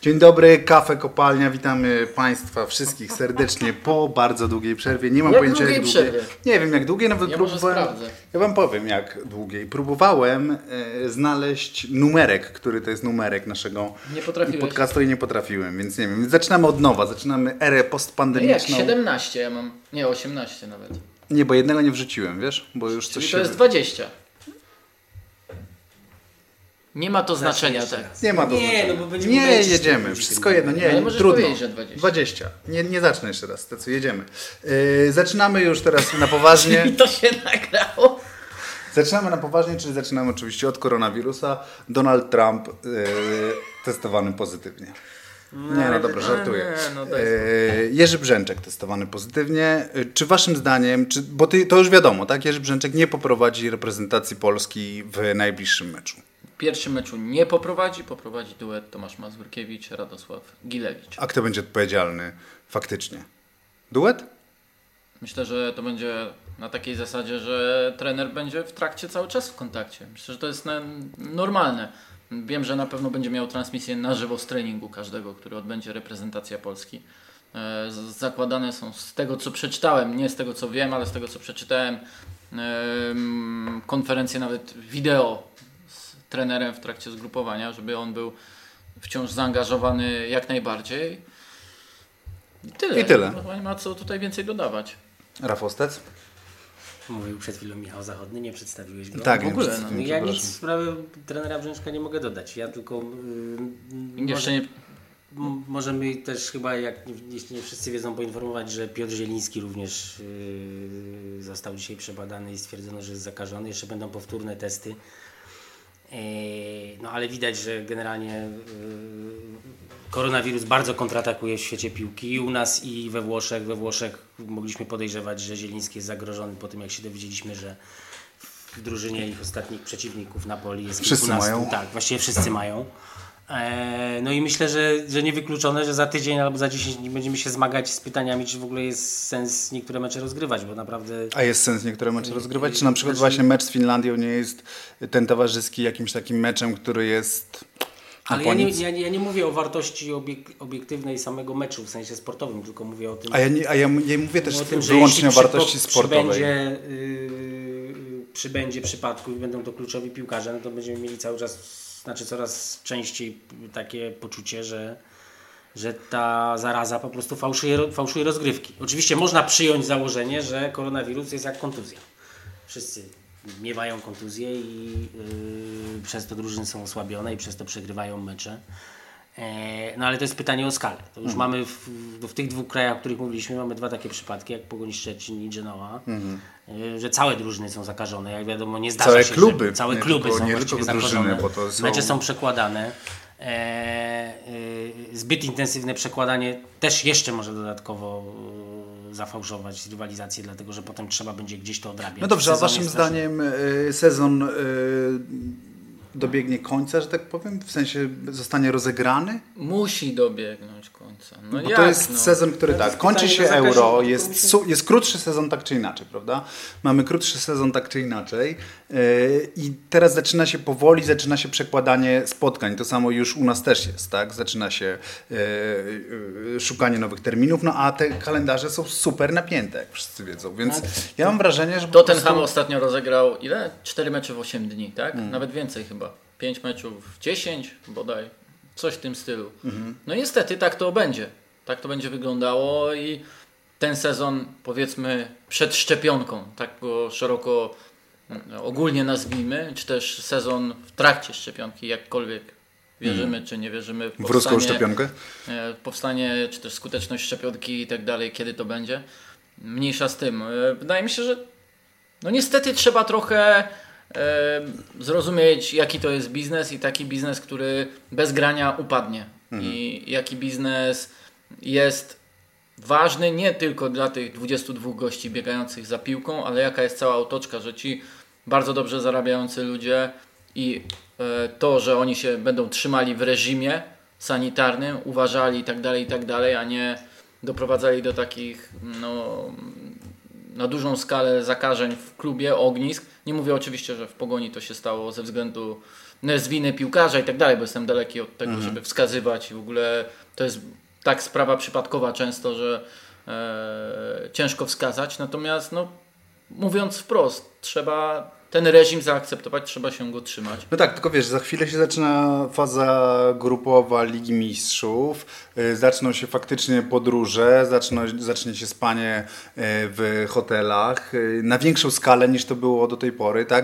Dzień dobry, Kafe Kopalnia. Witamy Państwa wszystkich serdecznie po bardzo długiej przerwie. Nie mam pojęcia jak długiej. Nie wiem jak długiej, nawet próbowałem. Ja Wam powiem jak długiej. Próbowałem znaleźć numerek, który to jest numerek naszego podcastu i nie potrafiłem, więc nie wiem. Zaczynamy od nowa, zaczynamy erę postpandemiczną. Jak? 17 ja mam. Nie, 18 nawet. Nie, bo jednego nie wrzuciłem, wiesz? Bo już Czyli coś to jest 20. Nie ma to znaczenia, tak? Nie ma to znaczenia. No bo nie, jedziemy. Wszystko jedno. Nie, ale możesz trudno. powiedzieć, że 20. 20. Nie zacznę jeszcze raz. To co, jedziemy. Zaczynamy już teraz na poważnie. I to się nagrało. Zaczynamy na poważnie, czyli zaczynamy oczywiście od koronawirusa. Donald Trump testowany pozytywnie. No dobra, żartuję. Jerzy Brzęczek testowany pozytywnie. Czy waszym zdaniem, bo to już wiadomo, tak? Jerzy Brzęczek nie poprowadzi reprezentacji Polski w najbliższym meczu. W pierwszym meczu nie poprowadzi duet Tomasz Mazurkiewicz, Radosław Gilewicz. A kto będzie odpowiedzialny faktycznie? Duet? Myślę, że to będzie na takiej zasadzie, że trener będzie w trakcie cały czas w kontakcie. Myślę, że to jest normalne. Wiem, że na pewno będzie miał transmisję na żywo z treningu każdego, który odbędzie reprezentacja Polski. Zakładane są z tego, co przeczytałem, nie z tego, co wiem, ale z tego, co przeczytałem, konferencje nawet wideo z trenerem w trakcie zgrupowania, żeby on był wciąż zaangażowany jak najbardziej. I tyle. Nie ma co tutaj więcej dodawać. Rafał Stec? Mówił przed chwilą Michał Zachodny, nie przedstawiłeś go. Tak, w ogóle. Ja nic w sprawie trenera Brzęczka nie mogę dodać. Ja tylko... Możemy też chyba, jeśli nie wszyscy wiedzą, poinformować, że Piotr Zieliński również został dzisiaj przebadany i stwierdzono, że jest zakażony. Jeszcze będą powtórne testy. No ale widać, że generalnie koronawirus bardzo kontratakuje w świecie piłki. I u nas i we Włoszech. We Włoszech mogliśmy podejrzewać, że Zieliński jest zagrożony po tym, jak się dowiedzieliśmy, że w drużynie ich ostatnich przeciwników Napoli jest wszyscy mają. Tak, właściwie wszyscy mają. No i myślę, że niewykluczone, że za tydzień albo za 10 dni będziemy się zmagać z pytaniami, czy w ogóle jest sens niektóre mecze rozgrywać, bo naprawdę... A jest sens niektóre mecze rozgrywać? Czy na przykład właśnie mecz z Finlandią nie jest ten towarzyski jakimś takim meczem, który jest... Ale ja nie mówię o wartości obiektywnej samego meczu w sensie sportowym, tylko mówię o tym... Ja mówię też wyłącznie o wartości sportowej. Przybędzie przypadku i będą to kluczowi piłkarze, no to będziemy mieli cały czas... coraz częściej takie poczucie, że ta zaraza po prostu fałszuje rozgrywki. Oczywiście można przyjąć założenie, że koronawirus jest jak kontuzja. Wszyscy miewają kontuzję i przez to drużyny są osłabione i przez to przegrywają mecze. No ale to jest pytanie o skalę. To już mamy w tych dwóch krajach, o których mówiliśmy, mamy dwa takie przypadki, jak Pogoń Szczecin i Genoa, że całe drużyny są zakażone. Jak wiadomo, nie zdarza się, że całe kluby są właściwie zakażone. Mecze są przekładane. Zbyt intensywne przekładanie też jeszcze może dodatkowo zafałszować rywalizację, dlatego że potem trzeba będzie gdzieś to odrabiać. No dobrze, a waszym zdaniem sezon dobiegnie końca, że tak powiem? W sensie zostanie rozegrany? Musi dobiegnąć końca. No bo to jest sezon, który kończy się Euro, jest krótszy sezon tak czy inaczej, prawda? Mamy krótszy sezon tak czy inaczej i teraz zaczyna się przekładanie spotkań. To samo już u nas też jest, tak? Zaczyna się szukanie nowych terminów, no a te kalendarze są super napięte, jak wszyscy wiedzą, więc ja mam wrażenie, że... Tottenham ostatnio rozegrał 4 mecze w 8 dni, tak? Nawet więcej chyba. 5 meczów w 10 bodaj. Coś w tym stylu. No niestety tak to będzie. Tak to będzie wyglądało i ten sezon, powiedzmy, przed szczepionką, tak go szeroko ogólnie nazwijmy, czy też sezon w trakcie szczepionki, jakkolwiek wierzymy czy nie wierzymy w ruską szczepionkę? Powstanie, czy też skuteczność szczepionki i tak dalej, kiedy to będzie. Mniejsza z tym. Wydaje mi się, że no niestety trzeba trochę zrozumieć, jaki to jest biznes i taki biznes, który bez grania upadnie. I jaki biznes jest ważny nie tylko dla tych 22 gości biegających za piłką, ale jaka jest cała otoczka, że ci bardzo dobrze zarabiający ludzie i to, że oni się będą trzymali w reżimie sanitarnym, uważali i tak dalej, a nie doprowadzali do takich na dużą skalę zakażeń w klubie, ognisk. Nie mówię oczywiście, że w Pogoni to się stało ze względu z winy piłkarza i tak dalej, bo jestem daleki od tego, żeby wskazywać i w ogóle to jest tak sprawa przypadkowa często, że ciężko wskazać, natomiast no, mówiąc wprost, trzeba ten reżim zaakceptować, trzeba się go trzymać. No tak, tylko wiesz, za chwilę się zaczyna faza grupowa Ligi Mistrzów, zaczną się faktycznie podróże, zacznie się spanie w hotelach na większą skalę niż to było do tej pory, tak?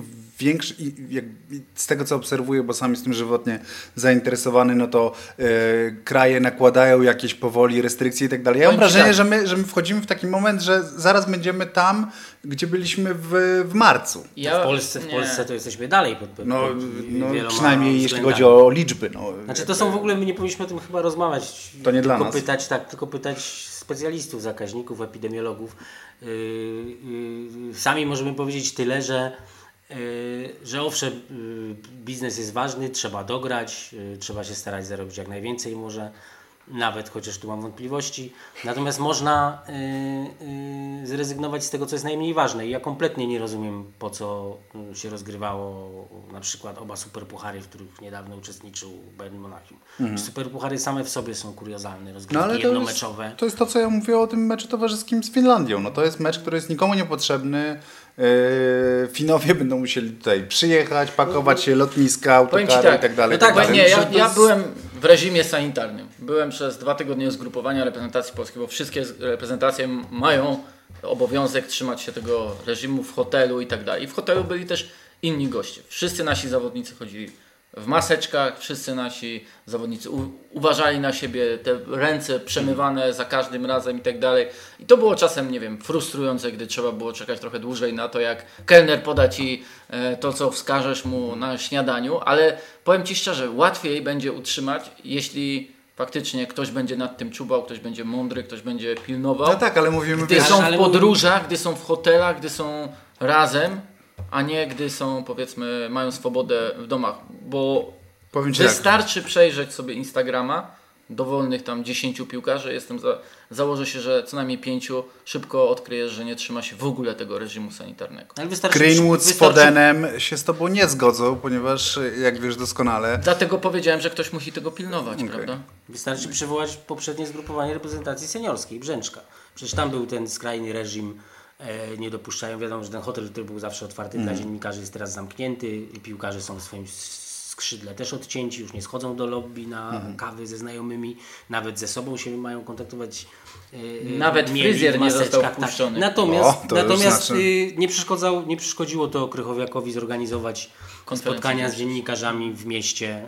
Z tego co obserwuję, bo sam jestem żywotnie zainteresowany, no to kraje nakładają jakieś powoli restrykcje i tak dalej. Ja mam wrażenie, że my wchodzimy w taki moment, że zaraz będziemy tam, gdzie byliśmy w marcu. W Polsce to jesteśmy dalej pod przynajmniej jeśli chodzi o liczby. No. Znaczy to są w ogóle, my nie powinniśmy o tym chyba rozmawiać. To nie dla nas. Tylko pytać specjalistów, zakaźników, epidemiologów. Sami możemy powiedzieć tyle, że owszem, biznes jest ważny, trzeba dograć, trzeba się starać zarobić jak najwięcej może, nawet chociaż tu mam wątpliwości. Natomiast można zrezygnować z tego, co jest najmniej ważne. I ja kompletnie nie rozumiem, po co się rozgrywało na przykład oba superpuchary, w których niedawno uczestniczył Bayern Monachium. Superpuchary same w sobie są kuriozalne, rozgrywki jednomeczowe. To jest to, co ja mówię o tym meczu towarzyskim z Finlandią. No to jest mecz, który jest nikomu niepotrzebny. Finowie będą musieli tutaj przyjechać, pakować się lotniska, autokary i tak dalej. No tak, ja byłem w reżimie sanitarnym. Byłem przez 2 tygodnie zgrupowania reprezentacji polskiej, bo wszystkie reprezentacje mają obowiązek trzymać się tego reżimu w hotelu i tak dalej. I w hotelu byli też inni goście. Wszyscy nasi zawodnicy chodzili w maseczkach, wszyscy nasi zawodnicy uważali na siebie, te ręce przemywane za każdym razem i tak dalej. I to było czasem, nie wiem, frustrujące, gdy trzeba było czekać trochę dłużej na to, jak kelner poda Ci to, co wskażesz mu na śniadaniu, ale powiem Ci szczerze, łatwiej będzie utrzymać, jeśli faktycznie ktoś będzie nad tym czuwał, ktoś będzie mądry, ktoś będzie pilnował. No tak, ale mówimy... Gdy są w podróżach, gdy są w hotelach, gdy są razem, a nie gdy są, powiedzmy, mają swobodę w domach, bo wystarczy przejrzeć sobie Instagrama dowolnych tam 10 piłkarzy, założę się, że co najmniej 5 szybko odkryjesz, że nie trzyma się w ogóle tego reżimu sanitarnego. Greenwood z Fodenem się z Tobą nie zgodzą, ponieważ jak wiesz doskonale... Dlatego powiedziałem, że ktoś musi tego pilnować, prawda? Wystarczy przywołać poprzednie zgrupowanie reprezentacji seniorskiej, Brzęczka. Przecież tam był ten skrajny reżim, nie dopuszczają, wiadomo, że ten hotel, który był zawsze otwarty dla dziennikarzy, jest teraz zamknięty, piłkarze są w swoim skrzydle też odcięci, już nie schodzą do lobby na kawy ze znajomymi, nawet ze sobą się mają kontaktować. Nawet fryzjer nie został wpuszczony. Natomiast nie przeszkodziło to Krychowiakowi zorganizować spotkania z dziennikarzami w mieście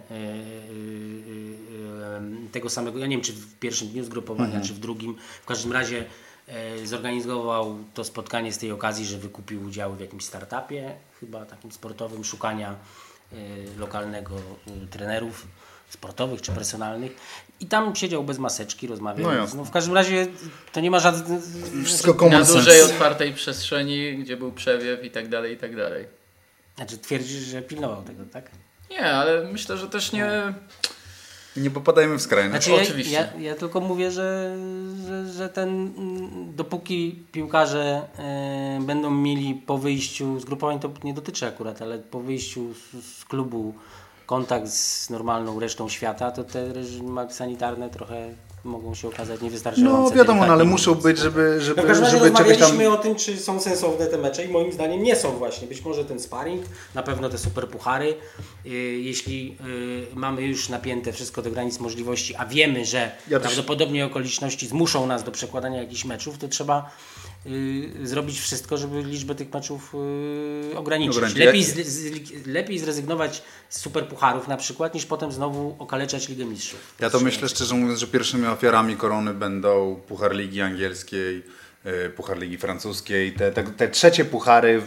tego samego, ja nie wiem, czy w pierwszym dniu zgrupowania, czy w drugim, w każdym razie zorganizował to spotkanie z tej okazji, że wykupił udziały w jakimś startupie, chyba takim sportowym, szukania lokalnego trenerów sportowych czy personalnych i tam siedział bez maseczki, rozmawiał. No w każdym razie to nie ma żadnych... Na dużej otwartej przestrzeni, gdzie był przewiew i tak dalej, i tak dalej. Znaczy twierdzisz, że pilnował tego, tak? Nie, ale myślę, że też nie... Nie popadajmy w skrajność. Znaczy, oczywiście. Ja tylko mówię, że dopóki piłkarze będą mieli po wyjściu z grupowań, to nie dotyczy akurat, ale po wyjściu z klubu kontakt z normalną resztą świata, to te reżimy sanitarne trochę mogą się okazać niewystarczające. No wiadomo, ale muszą być, żeby w każdym razie rozmawialiśmy o tym, czy są sensowne te mecze i moim zdaniem nie są właśnie. Być może ten sparring, na pewno te superpuchary. Jeśli mamy już napięte wszystko do granic możliwości, a wiemy, że prawdopodobnie okoliczności zmuszą nas do przekładania jakichś meczów, to trzeba zrobić wszystko, żeby liczbę tych meczów ograniczyć. Lepiej zrezygnować z superpucharów na przykład, niż potem znowu okaleczać Ligę Mistrzów. Ja to myślę, szczerze mówiąc, że pierwszymi ofiarami korony będą Puchar Ligi Angielskiej, Puchar Ligi Francuskiej, te trzecie puchary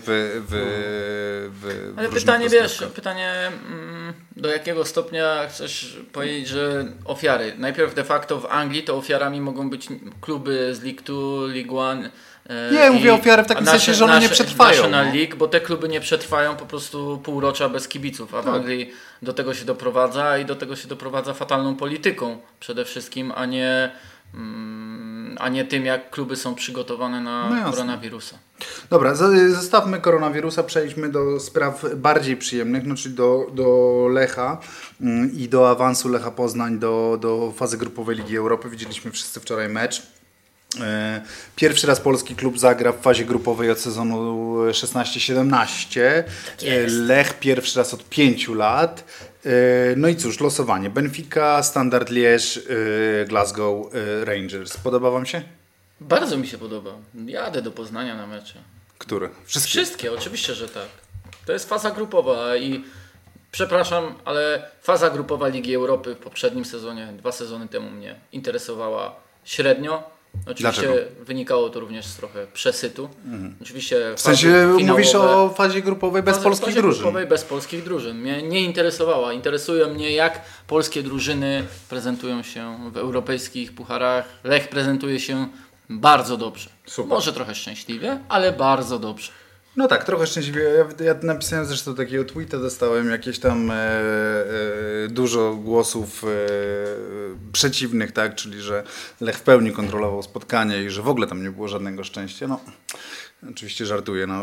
Ale pytanie do jakiego stopnia chcesz powiedzieć, że ofiary? Najpierw de facto w Anglii to ofiarami mogą być kluby z League 2, League 1. Nie, mówię ofiary w takim sensie, że one nie przetrwają. National League, bo te kluby nie przetrwają po prostu półrocza bez kibiców, a w Anglii do tego się doprowadza i do tego się doprowadza fatalną polityką przede wszystkim, a nie tym, jak kluby są przygotowane na koronawirusa. Dobra, zostawmy koronawirusa, przejdźmy do spraw bardziej przyjemnych, no czyli do Lecha i do awansu Lecha Poznań do fazy grupowej Ligi Europy. Widzieliśmy wszyscy wczoraj mecz. Pierwszy raz polski klub zagra w fazie grupowej od sezonu 16-17. Lech pierwszy raz od 5 lat. No i cóż, losowanie. Benfica, Standard Liège, Glasgow Rangers. Podoba wam się? Bardzo mi się podoba. Jadę do Poznania na mecze. Które? Wszystkie, oczywiście, że tak. To jest faza grupowa i przepraszam, ale faza grupowa Ligi Europy w poprzednim sezonie, 2 sezony temu mnie interesowała średnio. Oczywiście Dlaczego? wynikało to również z trochę przesytu. Oczywiście w sensie mówisz o fazie grupowej bez polskich drużyn. Grupowej bez polskich drużyn. Mnie nie interesowała. Interesuje mnie, jak polskie drużyny prezentują się w europejskich pucharach. Lech prezentuje się bardzo dobrze. Super. Może trochę szczęśliwie, ale bardzo dobrze. No tak, trochę szczęśliwie. Ja napisałem zresztą takiego tweeta, dostałem jakieś tam dużo głosów przeciwnych, tak, czyli że Lech w pełni kontrolował spotkanie i że w ogóle tam nie było żadnego szczęścia. No, oczywiście żartuję. No,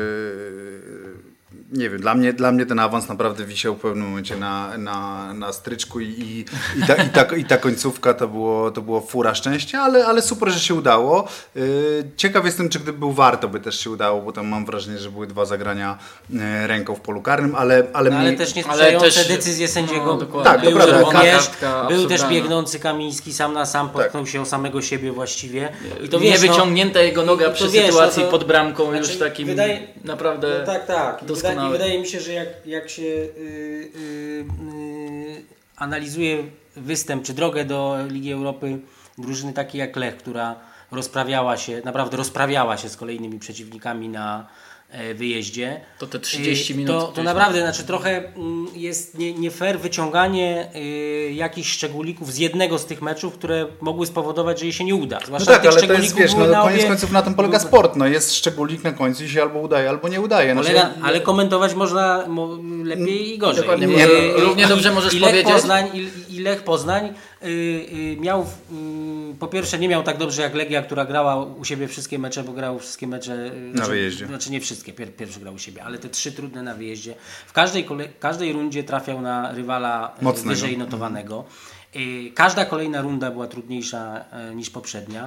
nie wiem, dla mnie ten awans naprawdę wisiał w pewnym momencie na stryczku i ta końcówka to było fura szczęścia, ale super, że się udało. Ciekaw jestem, czy gdyby był VAR, to by też się udało, bo tam mam wrażenie, że były 2 zagrania ręką w polu karnym, ale też niesprzyjające decyzje sędziego. Tak, był, to prawda. Był też biegnący Kamiński sam na sam, potknął się o samego siebie właściwie. I to nie wyciągnięta jego noga przy sytuacji pod bramką, znaczy, już takim naprawdę doskonałym. I wydaje mi się, że jak się analizuje występ czy drogę do Ligi Europy drużyny takiej jak Lech, która rozprawiała się z kolejnymi przeciwnikami na wyjeździe. To te 30 minut. To naprawdę, znaczy trochę jest nie fair wyciąganie jakichś szczególików z jednego z tych meczów, które mogły spowodować, że jej się nie uda. Zwłaszcza no tak, ale to jest, wiesz, koniec końców na tym polega sport. No jest szczególik na końcu i się albo udaje, albo nie udaje. Ale komentować można lepiej i gorzej. Dokładnie. Równie dobrze możesz powiedzieć. Lech Poznań miał, po pierwsze nie miał tak dobrze jak Legia, która grała u siebie wszystkie mecze, bo grał wszystkie mecze na wyjeździe. Znaczy nie wszystkie, pierwszy grał u siebie, ale te 3 trudne na wyjeździe. W każdej rundzie trafiał na rywala mocnego, wyżej notowanego. Każda kolejna runda była trudniejsza niż poprzednia.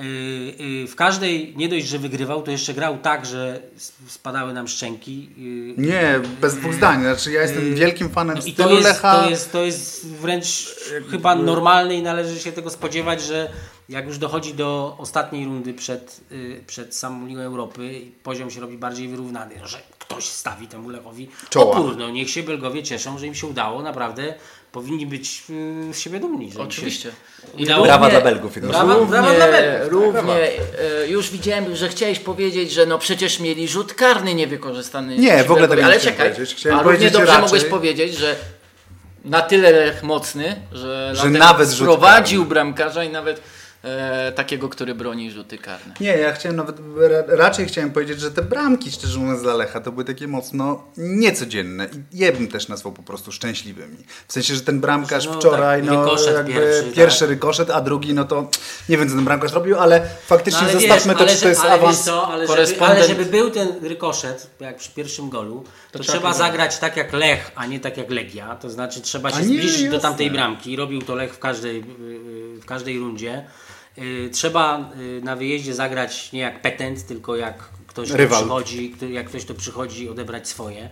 W każdej nie dość, że wygrywał, to jeszcze grał tak, że spadały nam szczęki. Nie, bez dwóch zdań. Znaczy ja jestem wielkim fanem stylu Lecha. To jest wręcz chyba normalne i należy się tego spodziewać, że jak już dochodzi do ostatniej rundy przed samą Ligą Europy, poziom się robi bardziej wyrównany, że ktoś stawi temu Lechowi opór. No, niech się Belgowie cieszą, że im się udało. Naprawdę powinni być z siebie dumni. Oczywiście. Brawa dla Belgów. Brawa dla Belgów. Równie, już widziałem, że chciałeś powiedzieć, że no przecież mieli rzut karny niewykorzystany. Nie, w ogóle tego ale nie czekaj, chciałem a równie dobrze mogłeś powiedzieć, że na tyle Lech mocny, że nawet sprowadził bramkarza i nawet takiego, który broni rzuty karne. Nie, ja raczej chciałem powiedzieć, że te bramki, szczerze mówiąc, dla Lecha to były takie mocno niecodzienne i je bym też nazwał po prostu szczęśliwymi. W sensie, że ten bramkarz wczoraj, pierwszy rykoszet, a drugi, no to nie wiem, co ten bramkarz robił, ale faktycznie zostawmy to, czy to jest awans. Ale żeby był ten rykoszet, jak przy pierwszym golu, to trzeba zagrać tak jak Lech, a nie tak jak Legia. To znaczy trzeba się zbliżyć do tamtej bramki. Robił to Lech w każdej rundzie. Trzeba na wyjeździe zagrać nie jak petent, tylko jak ktoś to przychodzi odebrać swoje.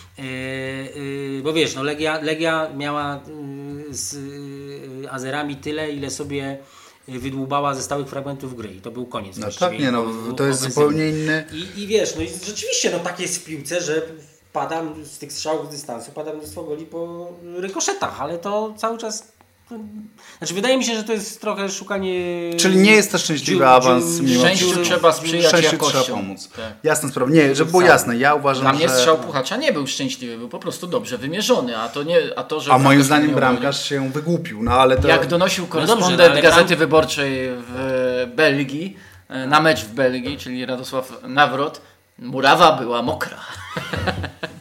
Bo wiesz, no Legia miała z Azerami tyle, ile sobie wydłubała ze stałych fragmentów gry i to był koniec. No tak, nie, no to jest zupełnie inny. I wiesz, no i rzeczywiście no tak jest w piłce, że padam z tych strzałów z dystansu, padam mnóstwo goli po rykoszetach, ale to cały czas. Znaczy wydaje mi się, że to jest trochę szukanie. Czyli nie jest to szczęśliwy awans. Szczęściu trzeba sprzyjać jakością. Trzeba pomóc. Tak. Jasna sprawa. Nie, żeby było jasne, ja uważam, dla mnie strzał Puchacza nie był szczęśliwy, był po prostu dobrze wymierzony, a moim zdaniem bramkarz się wygłupił. No, ale to... Jak donosił korespondent Gazety Wyborczej w Belgii, na mecz w Belgii, czyli Radosław Nawrot, murawa była mokra.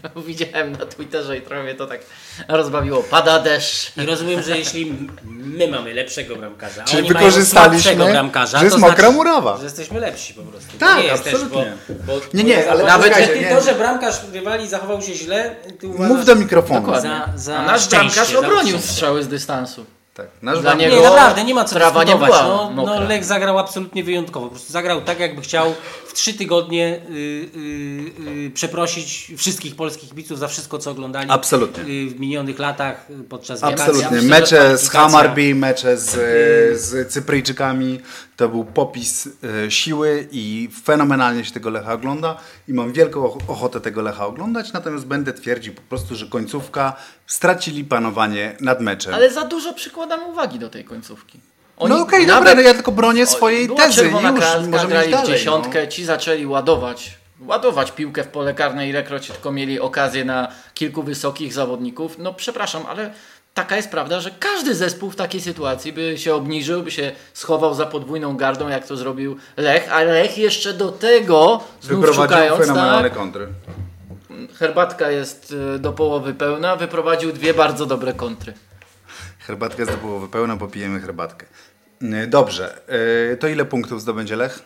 Widziałem na Twitterze i trochę mnie to tak rozbawiło. Pada deszcz. I rozumiem, że jeśli my mamy lepszego bramkarza, a Czyli oni mają słabszego bramkarza, że jest to mokra znaczy, murawa. że jesteśmy lepsi po prostu. Tak, To nie jest absolutnie. Też, bo Nie, ale nawet to, że bramkarz rywali zachował się źle, ty uważasz, Mów do mikrofonu. Dokładnie. za A nasz szczęście, bramkarz za obronił szczęście. strzały z dystansu. Tak, nasz Dla bramkarz- niego Nie, naprawdę, nie ma co trawa nie dyskutować. była mokra. Lech zagrał absolutnie wyjątkowo. Po prostu zagrał tak, jakby chciał w 3 tygodnie przeprosić wszystkich polskich kibiców za wszystko, co oglądali Absolutnie. w minionych latach podczas Absolutnie. Ja myślę, że Mecze z kwalifikacja- Hammarby, mecze z Cypryjczykami to był popis siły i fenomenalnie się tego Lecha ogląda i mam wielką ochotę tego Lecha oglądać, natomiast będę twierdził po prostu, że końcówka stracili panowanie nad meczem. Ale za dużo przykładamy uwagi do tej końcówki. No okej, dobra, no ja tylko bronię swojej była tezy. czerwona Już kartka, możemy grali iść w dalej. dziesiątkę, ci zaczęli ładować piłkę w pole karne, ilekroć tylko mieli okazję na kilku wysokich zawodników. No przepraszam, ale taka jest prawda, że każdy zespół w takiej sytuacji by się obniżył, by się schował za podwójną gardą, jak to zrobił Lech, a Lech jeszcze do tego, znów Wyprowadził szukając, fenomenalne tak, kontry. herbatka jest do połowy pełna, wyprowadził 2 bardzo dobre kontry. Herbatka jest do połowy pełna, popijemy herbatkę. Dobrze, to ile punktów zdobędzie Lech?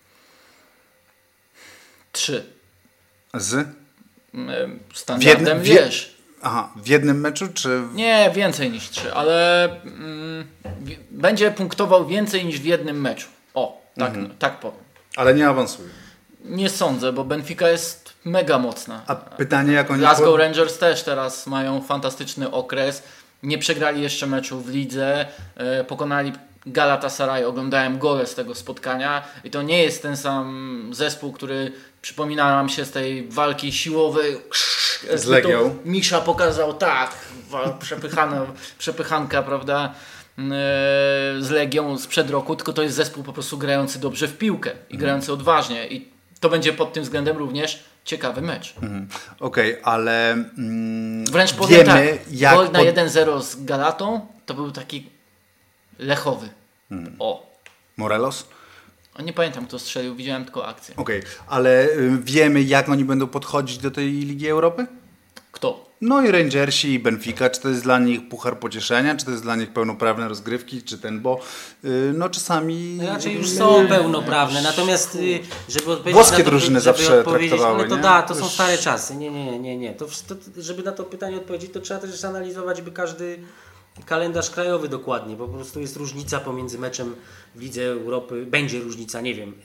3. Z? Standardem wiesz. Aha, w jednym meczu, czy... Nie, więcej niż 3, ale będzie punktował więcej niż w jednym meczu. O, tak, tak powiem. Ale nie awansuje. Nie sądzę, bo Benfica jest mega mocna. A pytanie, jak oni... Glasgow Rangers też teraz mają fantastyczny okres. Nie przegrali jeszcze meczu w lidze. Pokonali Galatasaray. Oglądałem gole z tego spotkania. I to nie jest ten sam zespół, który przypomina nam się z tej walki siłowej. Z Legią. Misza pokazał tak. Przepychanka, prawda? Z Legią sprzed roku. Tylko to jest zespół po prostu grający dobrze w piłkę. I grający odważnie. I to będzie pod tym względem również ciekawy mecz. Okej, ale Wręcz powiem tak, jak gol na 1-0 z Galatą to był taki lechowy. O. Morelos? Nie pamiętam, kto strzelił, widziałem tylko akcję. Okej, ale wiemy, jak oni będą podchodzić do tej Ligi Europy? Kto? No i Rangersi i Benfica, czy to jest dla nich puchar pocieszenia, czy to jest dla nich pełnoprawne rozgrywki, czy ten, bo no czasami... Raczej już są pełnoprawne, natomiast żeby odpowiedzieć Włoskie na to, drużyny żeby zawsze odpowiedzieć, traktowały, ale to nie? da, to Już- są stare czasy. Nie. To, żeby na to pytanie odpowiedzieć, to trzeba też analizować by każdy kalendarz krajowy dokładnie. Po prostu jest różnica pomiędzy meczem w Lidze Europy, będzie różnica, nie wiem,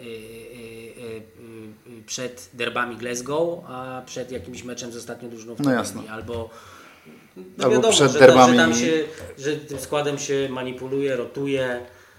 przed derbami Glasgow, a przed jakimś meczem z ostatnią drużyną w No tabeli. jasne. Albo Albo wiadomo, przed że, derbami- że tam się, że tym składem się manipuluje, rotuje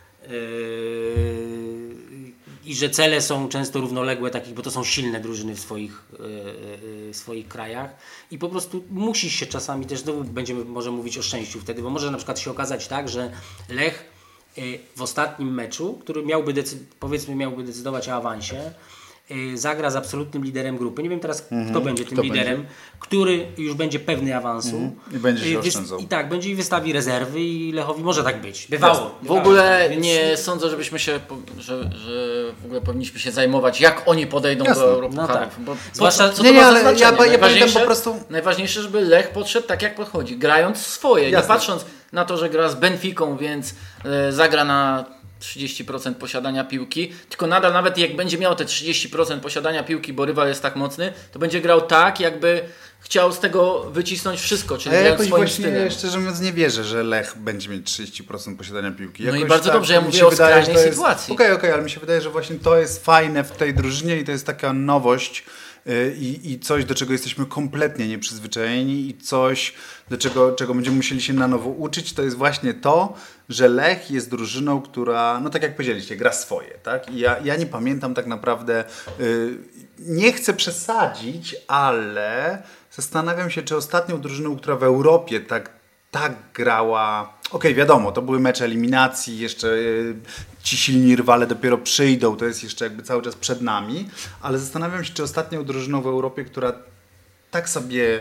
i że cele są często równoległe, takich, bo to są silne drużyny w swoich krajach i po prostu musisz się czasami też, będziemy może mówić o szczęściu wtedy, bo może na przykład się okazać tak, że Lech w ostatnim meczu, który miałby decydować o awansie, zagra z absolutnym liderem grupy. Nie wiem teraz, kto będzie tym Kto liderem, który już będzie pewny awansu. I będzie się oszczędzał. I tak, będzie i wystawi rezerwy i Lechowi może tak być. Bywało. W ogóle Więc- nie sądzę, żebyśmy się, że w ogóle powinniśmy się zajmować, jak oni podejdą Jasne. do Europucharów. No tak. Bo Zwłaszcza- co Nie, to nie, ma ale za znaczenie? ja pamiętam po prostu- Najważniejsze, żeby Lech podszedł tak, jak podchodzi, grając swoje, Jasne. nie patrząc na to, że gra z Benficą, więc zagra na 30% posiadania piłki, tylko nadal nawet jak będzie miał te 30% posiadania piłki, bo rywal jest tak mocny, to będzie grał tak, jakby chciał z tego wycisnąć wszystko, czyli A ja grając jakoś swoim właśnie, stylem. szczerze mówiąc, nie wierzę, że Lech będzie mieć 30% posiadania piłki. No i Jakoś bardzo dobrze, ja mi mówię się o wydaje, że skrajnej to jest- sytuacji. Okej, ale mi się wydaje, że właśnie to jest fajne w tej drużynie i to jest taka nowość i coś, do czego jesteśmy kompletnie nieprzyzwyczajeni i coś, czego będziemy musieli się na nowo uczyć, to jest właśnie to, że Lech jest drużyną, która, no tak jak powiedzieliście, gra swoje, tak? I ja nie pamiętam tak naprawdę, nie chcę przesadzić, ale zastanawiam się, czy ostatnią drużyną, która w Europie tak grała. Okej, wiadomo, to były mecze eliminacji, jeszcze ci silni rywale dopiero przyjdą, to jest jeszcze jakby cały czas przed nami, ale zastanawiam się, czy ostatnią drużyną w Europie, która tak sobie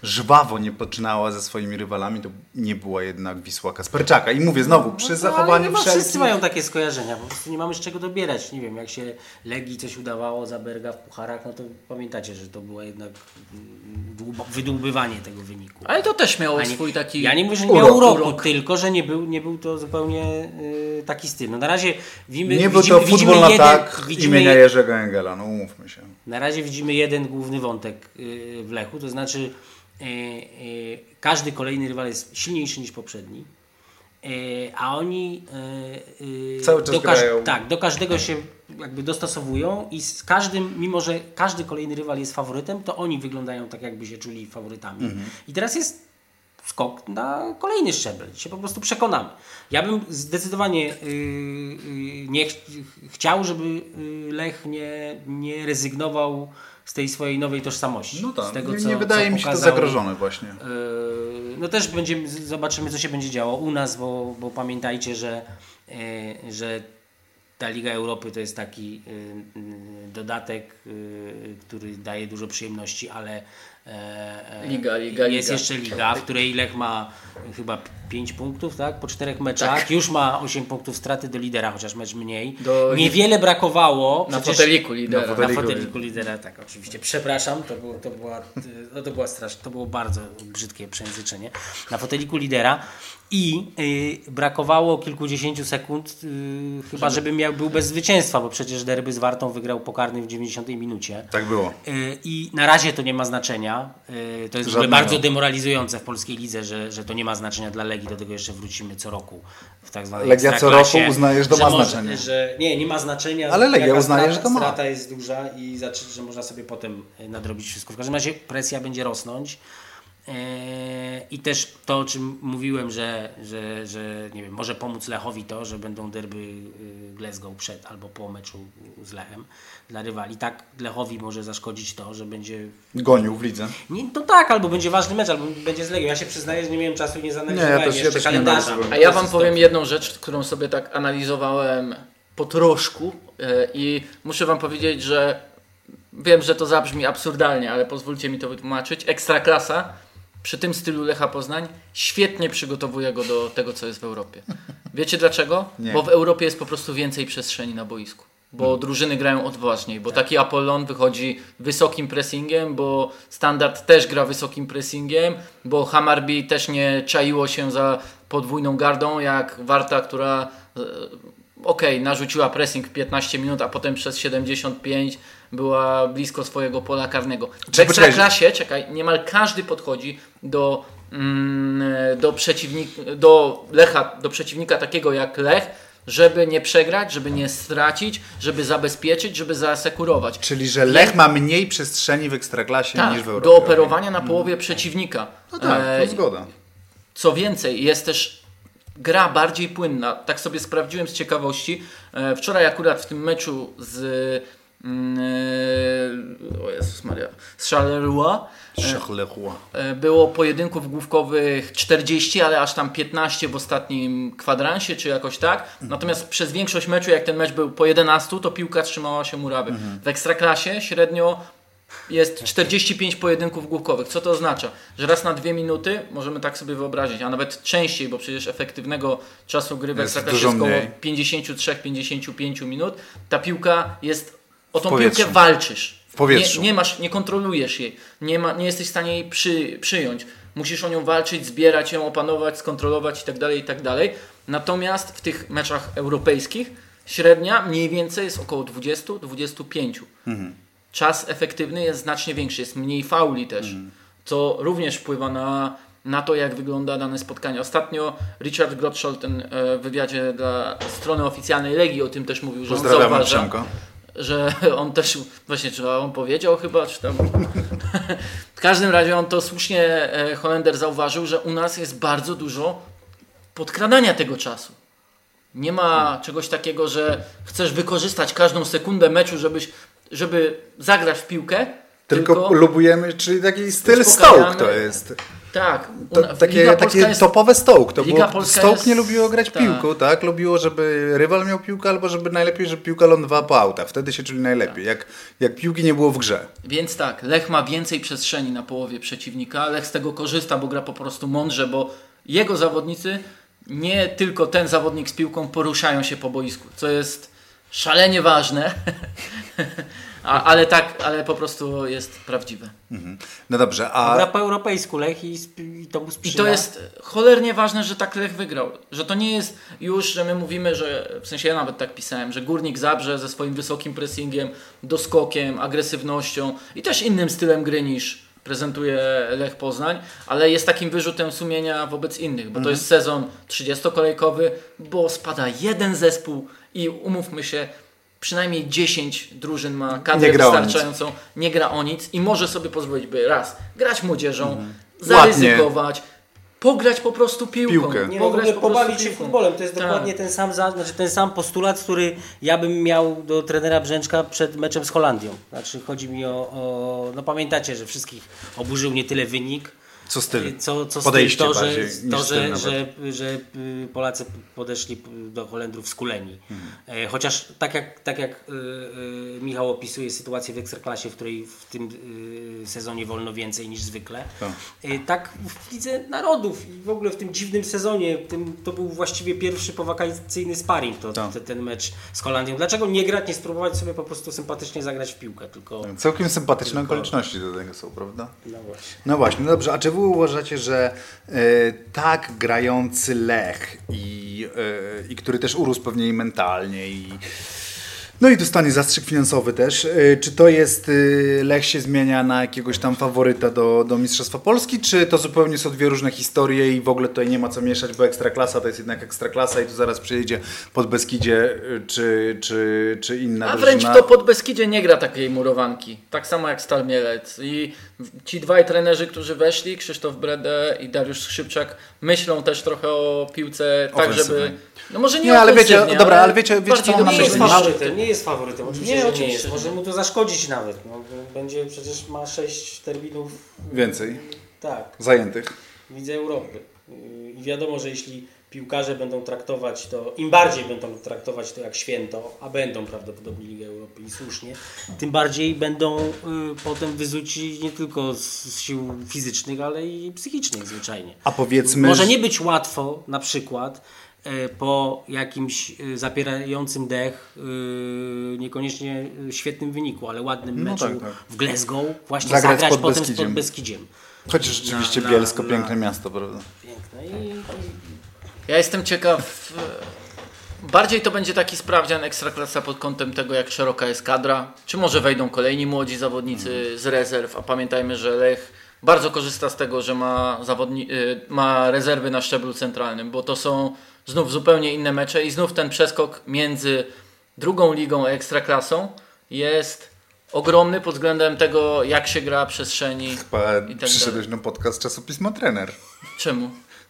żwawo nie poczynała ze swoimi rywalami, to nie była jednak Wisła Kasperczaka. I mówię znowu, przy zachowaniu wszelkich... Wszyscy mają takie skojarzenia, po prostu nie mamy z czego dobierać. Nie wiem, jak się Legii coś udawało za Berga w pucharach, no to pamiętacie, że to było jednak wydłubywanie tego wyniku. Ale to też miało swój taki... Ja nie mówię, że nie miał uroku, tylko że nie był to zupełnie taki styl. No na razie nie był to futbol na tak imienia Jerzego Engela, no umówmy się. Na razie widzimy jeden główny wątek w Lechu, to znaczy każdy kolejny rywal jest silniejszy niż poprzedni, a oni cały czas grają. do każdego się jakby dostosowują i z każdym, mimo że każdy kolejny rywal jest faworytem, to oni wyglądają tak, jakby się czuli faworytami. I teraz jest skok na kolejny szczebel. Się po prostu przekonamy. Ja bym zdecydowanie nie chciał, żeby Lech nie rezygnował z tej swojej nowej tożsamości. No tak, z tego, nie wydaje mi się to zagrożone właśnie. No też zobaczymy, co się będzie działo u nas, bo pamiętajcie, że ta Liga Europy to jest taki dodatek, który daje dużo przyjemności, ale Liga. Jest jeszcze Liga, w której Lech ma chyba 5 punktów, tak? Po 4 meczach. Tak. Już ma 8 punktów straty do lidera, chociaż mecz mniej. Niewiele brakowało. Na foteliku lidera. Na foteliku lidera, tak, oczywiście. Przepraszam, to było bardzo brzydkie przejęzyczenie. Na foteliku lidera. I brakowało kilkudziesięciu sekund, chyba żeby był bez zwycięstwa, bo przecież derby z Wartą wygrał po karnym w 90 minucie. Tak było. I na razie to nie ma znaczenia. To jest w ogóle bardzo demoralizujące w polskiej lidze, że to nie ma znaczenia dla Legii. Do tego jeszcze wrócimy co roku. W tak zwanej Legia co roku uznaje, że to ma znaczenie. Nie ma znaczenia. Ale Legia uznaje, że to ma. Strata jest duża i że można sobie potem nadrobić wszystko. W każdym razie presja będzie rosnąć. I też to, o czym mówiłem, że nie wiem, może pomóc Lechowi to, że będą derby Glasgow przed albo po meczu z Lechem dla rywali. Tak Lechowi może zaszkodzić to, że będzie gonił w lidze. To tak, albo będzie ważny mecz, albo będzie z Legią. Ja się przyznaję, że nie miałem czasu i nie zanalizowałem jeszcze kalendarza. A ja wam powiem jedną rzecz, którą sobie tak analizowałem po troszku i muszę wam powiedzieć, że wiem, że to zabrzmi absurdalnie, ale pozwólcie mi to wytłumaczyć. Ekstraklasa przy tym stylu Lecha Poznań świetnie przygotowuje go do tego, co jest w Europie. Wiecie dlaczego? Nie. Bo w Europie jest po prostu więcej przestrzeni na boisku. Bo drużyny grają odważniej, bo taki Apollon wychodzi wysokim pressingiem, bo Standard też gra wysokim pressingiem, bo Hammarby też nie czaiło się za podwójną gardą, jak Warta, która narzuciła pressing 15 minut, a potem przez 75 była blisko swojego pola karnego. W Ekstraklasie, niemal każdy podchodzi do przeciwnika takiego jak Lech, żeby nie przegrać, żeby nie stracić, żeby zabezpieczyć, żeby zaasekurować. Czyli, że Lech ma mniej przestrzeni w Ekstraklasie niż w Europie. Do operowania na połowie przeciwnika. No tak, to zgoda. Co więcej, jest też gra bardziej płynna. Tak sobie sprawdziłem z ciekawości. Wczoraj akurat w tym meczu z Charleroi było pojedynków główkowych 40, ale aż tam 15 w ostatnim kwadransie, czy jakoś tak. Natomiast przez większość meczu, jak ten mecz był po 11, to piłka trzymała się murawy. W Ekstraklasie średnio jest 45 pojedynków główkowych. Co to oznacza? Że raz na 2 minuty, możemy tak sobie wyobrazić, a nawet częściej, bo przecież efektywnego czasu gry w Ekstraklasie jest około 53-55 minut, ta piłka jest... O tą piłkę walczysz. W powietrzu. Nie kontrolujesz jej. Nie jesteś w stanie jej przyjąć. Musisz o nią walczyć, zbierać ją, opanować, skontrolować itd. Natomiast w tych meczach europejskich średnia mniej więcej jest około 20-25. Czas efektywny jest znacznie większy. Jest mniej fauli też. Co również wpływa na to, jak wygląda dane spotkanie. Ostatnio Richard Gottschalk w wywiadzie dla strony oficjalnej Legii o tym też mówił, że on zauważa, że on też, właśnie, czy on powiedział chyba, czy tam... W każdym razie on to słusznie, Holender zauważył, że u nas jest bardzo dużo podkradania tego czasu. Nie ma czegoś takiego, że chcesz wykorzystać każdą sekundę meczu, żeby zagrać w piłkę. Tylko lubujemy, czyli taki styl stołk to jest. Tak. Takie topowe Stoke. Stoke nie lubiło grać tak. piłką, tak? Lubiło, żeby rywal miał piłkę, albo żeby najlepiej, żeby piłka lądowała po autach. Wtedy się czuli najlepiej, jak piłki nie było w grze. Więc tak, Lech ma więcej przestrzeni na połowie przeciwnika. Lech z tego korzysta, bo gra po prostu mądrze, bo jego zawodnicy, nie tylko ten zawodnik z piłką, poruszają się po boisku, co jest szalenie ważne. Ale po prostu jest prawdziwe. No dobrze, gra po europejsku Lech i to mu sprzyja. I to jest cholernie ważne, że tak Lech wygrał. Że to nie jest już, że my mówimy, że w sensie ja nawet tak pisałem, że Górnik Zabrze ze swoim wysokim pressingiem, doskokiem, agresywnością i też innym stylem gry niż prezentuje Lech Poznań, ale jest takim wyrzutem sumienia wobec innych, bo to jest sezon 30-kolejkowy, bo spada jeden zespół i umówmy się, przynajmniej 10 drużyn ma kadrę wystarczającą, nie gra o nic i może sobie pozwolić, by raz grać młodzieżą, zaryzykować, pograć po prostu piłkę. Nie, pobawić się futbolem. To jest dokładnie ten sam postulat, który ja bym miał do trenera Brzęczka przed meczem z Holandią. Znaczy chodzi mi no pamiętacie, że wszystkich oburzył nie tyle wynik, co styl. Podejście że Polacy podeszli do Holendrów skuleni. Chociaż tak jak Michał opisuje sytuację w Ekstraklasie, w której w tym sezonie wolno więcej niż zwykle, tak w Lidze Narodów i w ogóle w tym dziwnym sezonie, to był właściwie pierwszy powakacyjny sparring ten mecz z Holandią. Dlaczego nie grać, nie spróbować sobie po prostu sympatycznie zagrać w piłkę? Całkiem sympatyczne okoliczności do tego są, prawda? No właśnie, dobrze. A czy wy uważacie, że tak grający Lech i który też urósł pewnie i mentalnie no i dostanie zastrzyk finansowy też, czy to jest Lech się zmienia na jakiegoś tam faworyta do Mistrzostwa Polski, czy to zupełnie są dwie różne historie i w ogóle tutaj nie ma co mieszać, bo Ekstraklasa to jest jednak Ekstraklasa i tu zaraz przyjedzie Podbeskidzie czy inna drużyna. A wręcz to Podbeskidzie nie gra takiej murowanki, tak samo jak Stal Mielec i ci dwaj trenerzy, którzy weszli, Krzysztof Brede i Dariusz Skrzypczak, myślą też trochę o piłce tak, żeby... No może nie ale wiecie, dobra, ale wiecie co mam na myśli. Nie jest faworytem, oczywiście, nie jest. Może mu to zaszkodzić nawet. Będzie, przecież ma 6 terminów więcej zajętych w Lidze Europy. I wiadomo, że jeśli piłkarze będą traktować to, im bardziej będą traktować to jak święto, a będą prawdopodobnie Ligę Europy i słusznie, tym bardziej będą potem wyzuci nie tylko z sił fizycznych, ale i psychicznych zwyczajnie. A powiedzmy... Może nie być łatwo na przykład po jakimś zapierającym dech, niekoniecznie świetnym wyniku, ale ładnym meczu w Glasgow, właśnie zagrać potem z Podbeskidziem. Chociaż rzeczywiście Bielsko, piękne miasto, prawda? Piękne Ja jestem ciekaw, bardziej to będzie taki sprawdzian Ekstraklasa pod kątem tego, jak szeroka jest kadra, czy może wejdą kolejni młodzi zawodnicy z rezerw, a pamiętajmy, że Lech bardzo korzysta z tego, że ma rezerwy na szczeblu centralnym, bo to są znów zupełnie inne mecze i znów ten przeskok między drugą ligą a Ekstraklasą jest ogromny pod względem tego, jak się gra, przestrzeni. Chyba i tak przyszedłeś na podcast czasopisma Trener. Czemu?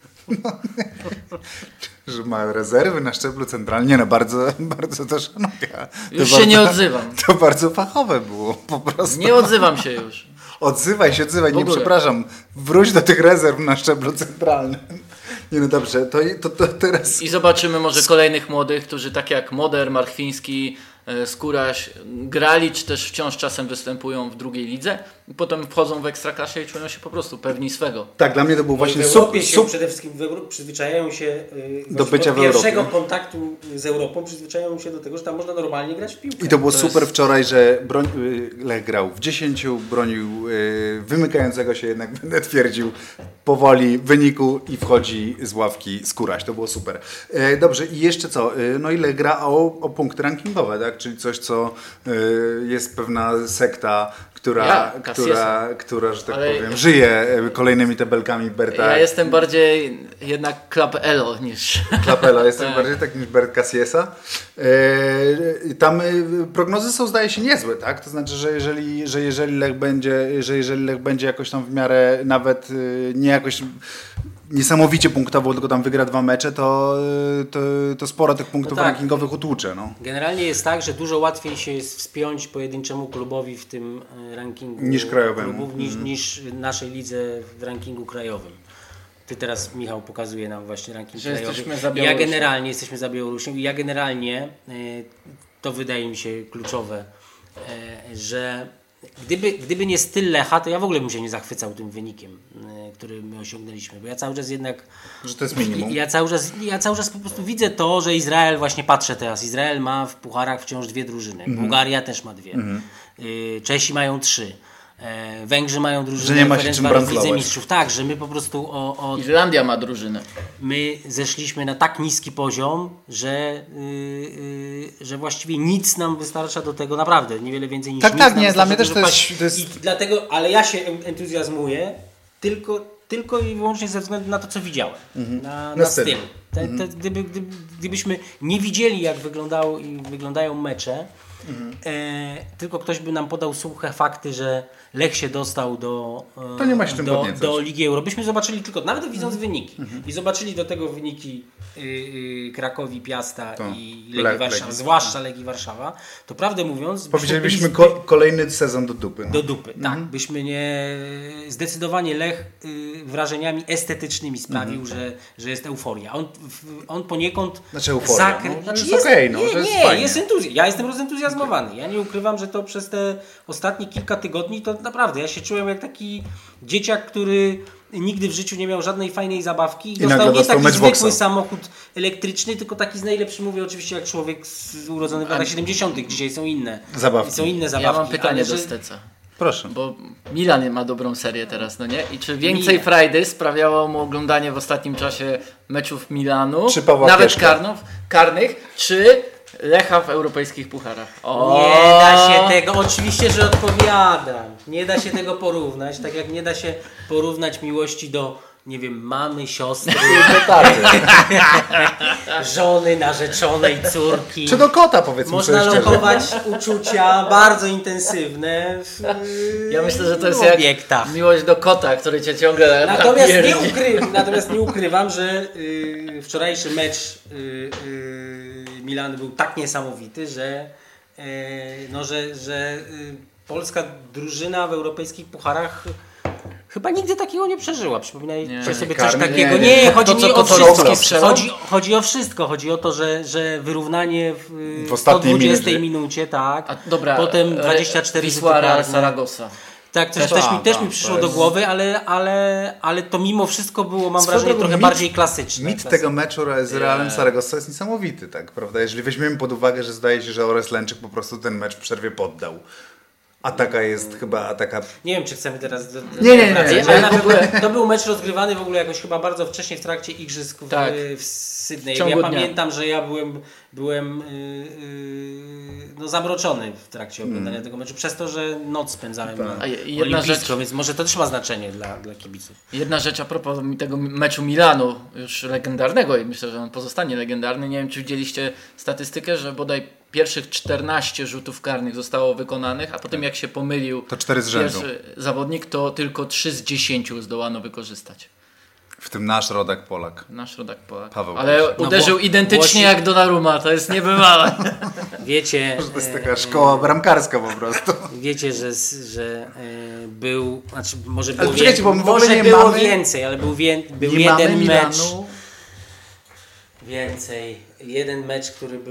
Że ma rezerwy na szczeblu centralnym. Nie no, bardzo to szanuję. Już się nie odzywam. To bardzo fachowe było po prostu. Nie odzywam się już. Odzywaj się, nie przepraszam. Wróć do tych rezerw na szczeblu centralnym. Nie no dobrze, to teraz... I zobaczymy może kolejnych młodych, którzy tak jak Moder, Marchwiński, Skóraś grali, czy też wciąż czasem występują w drugiej lidze i potem wchodzą w Ekstraklasie i czują się po prostu pewni swego. Tak, dla mnie to był właśnie przede wszystkim przyzwyczajają się do bycia w pierwszego Europie. Kontaktu z Europą, przyzwyczajają się do tego, że tam można normalnie grać w piłkę. I to było super wczoraj, że Lech grał w 10, bronił wymykającego się, jednak będę twierdził, powoli wyniku i wchodzi z ławki Skóraś. To było super. Dobrze, i jeszcze co? No i Lech gra o punkty rankingowe, tak? Czyli coś, co jest pewna sekta, która, że tak powiem, żyje kolejnymi tabelkami Berta. Ja jestem bardziej jednak Club Elo niż... Club Elo, jestem bardziej tak niż Bert Cassiesa. Tam prognozy są, zdaje się, niezłe, tak? To znaczy, że jeżeli Lech będzie jakoś tam w miarę nawet nie jakoś niesamowicie punktowo, tylko tam wygra 2 mecze, to sporo tych punktów tak. rankingowych utłucze. No. Generalnie jest tak, że dużo łatwiej się jest wspiąć pojedynczemu klubowi w tym rankingu Niż krajowemu. klubów, niż naszej lidze w rankingu krajowym. Ty teraz, Michał, pokazuje nam właśnie ranking krajowy. Jesteśmy za Białorusią. Jesteśmy za Białorusią. Ja generalnie, to wydaje mi się kluczowe, że gdyby nie styl Lecha, to ja w ogóle bym się nie zachwycał tym wynikiem, który my osiągnęliśmy. Bo ja cały czas jednak... Że to jest minimum. Ja cały czas po prostu widzę to, że Izrael, właśnie patrzę teraz, Izrael ma w pucharach wciąż 2 drużyny. Bułgaria też ma 2. Czesi mają 3. Węgrzy mają drużynę. Że nie ma się czym bransować. Mistrzów. Tak, że my po prostu Irlandia ma drużynę. my zeszliśmy na tak niski poziom, że właściwie nic nam wystarcza do tego, naprawdę, niewiele więcej niż Tak, nic tak, nam nie, dla mnie wystarcza też do to jest... I dlatego, ale ja się entuzjazmuję tylko i wyłącznie ze względu na to, co widziałem. Na styl. Gdybyśmy nie widzieli, jak wyglądają mecze, tylko ktoś by nam podał suche fakty, że Lech się dostał To nie ma się czym do Ligi Euro. Byśmy zobaczyli tylko, nawet widząc wyniki, i zobaczyli do tego wyniki Krakowi, Piasta i Legii Warszawa, zwłaszcza Legii Warszawa, to prawdę mówiąc... Powiedzielibyśmy kolejny sezon do dupy. No. Do dupy, tak. Byśmy nie... Zdecydowanie Lech wrażeniami estetycznymi sprawił, że jest euforia. On poniekąd... Znaczy euforia, jest okej, że jest fajnie. Jest ja jestem rozentuzjazmowany. Ja nie ukrywam, że to przez te ostatnie kilka tygodni to naprawdę, ja się czułem jak taki dzieciak, który nigdy w życiu nie miał żadnej fajnej zabawki i dostał nie taki zwykły samochód elektryczny, tylko taki z najlepszym, mówię oczywiście jak człowiek urodzony w latach 70. Dzisiaj są inne zabawki. Ja mam pytanie do Steca. Proszę. Bo Milan ma dobrą serię teraz, no nie? I czy więcej frajdy sprawiało mu oglądanie w ostatnim czasie meczów Milanu, nawet karnych, czy Lecha w europejskich pucharach? Nie da się tego, oczywiście, że odpowiadam. Nie da się tego porównać, tak jak nie da się porównać miłości do, nie wiem, mamy, siostry, żony, narzeczonej, córki. Czy do kota, powiedzmy. Można lokować uczucia bardzo intensywne ja myślę, że to jest obiektach. Jak miłość do kota, który cię ciągle Natomiast nie ukrywam, że wczorajszy mecz Milanu był tak niesamowity, że polska drużyna w europejskich pucharach chyba nigdy takiego nie przeżyła. Przypominajcie sobie coś takiego. Nie, chodzi nie o wszystko. Chodzi o wszystko. Chodzi o to, że wyrównanie w 120 minucie, tak. A dobra, potem 24 Wisła Saragossa. Tak, też mi przyszło do głowy, ale to mimo wszystko było, mam wrażenie, trochę bardziej klasyczne. Mit tego meczu z Realem Saragossa jest niesamowity, tak, prawda? Jeżeli weźmiemy pod uwagę, że zdaje się, że Orest Lęczyk po prostu ten mecz w przerwie poddał. A taka jest chyba taka... Nie wiem, czy chcemy teraz... Nie. To był mecz rozgrywany w ogóle jakoś chyba bardzo wcześnie w trakcie igrzysk w Sydney. Ja pamiętam, że ja byłem zamroczony w trakcie oglądania tego meczu, przez to, że noc spędzałem na olimpijską, więc może to też ma znaczenie dla kibiców. Jedna rzecz a propos tego meczu Milanu, już legendarnego i myślę, że on pozostanie legendarny. Nie wiem, czy widzieliście statystykę, że bodaj pierwszych 14 rzutów karnych zostało wykonanych, a potem jak się pomylił to 4 z rzędu. Pierwszy zawodnik, to tylko 3 z 10 zdołano wykorzystać. W tym nasz rodak Polak. Paweł. Ale uderzył identycznie jak Donnarumma, to jest niebywałe. Wiecie... To jest taka szkoła bramkarska po prostu. Wiecie, że był... Znaczy może było, więcej, ale był jeden mecz... Jeden mecz,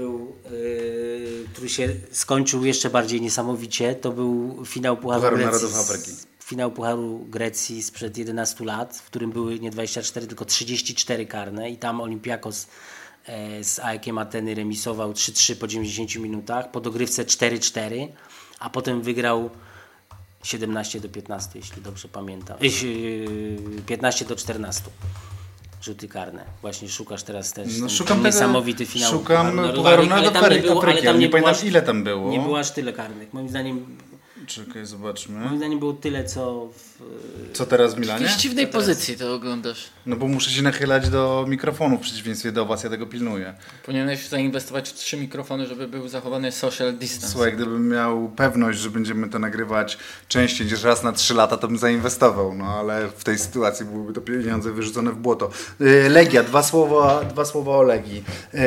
który się skończył jeszcze bardziej niesamowicie, to był finał Pucharu Narodów Afryki. Finał Pucharu Grecji sprzed 11 lat, w którym były nie 24, tylko 34 karne i tam Olympiakos z AEK Ateny remisował 3-3 po 90 minutach, po dogrywce 4-4, a potem wygrał 17-15, jeśli dobrze pamiętam. 15-14. Rzuty karne. Właśnie szukasz teraz też niesamowity finał. Szukam Pucharu Narodów Afryki, ale nie pamiętam ile tam było. Nie było aż tyle karnych. Moim zdaniem... Czekaj, zobaczmy. Moim zdaniem było tyle, co Co teraz w Milanie? W przeciwnej pozycji to oglądasz. No bo muszę się nachylać do mikrofonu w przeciwieństwie do was, ja tego pilnuję. Powinieneś zainwestować w 3 mikrofony, żeby był zachowany social distance. Słuchaj, gdybym miał pewność, że będziemy to nagrywać częściej niż raz na 3 lata, to bym zainwestował, no ale w tej sytuacji byłyby to pieniądze wyrzucone w błoto. Legia, dwa słowa o Legii.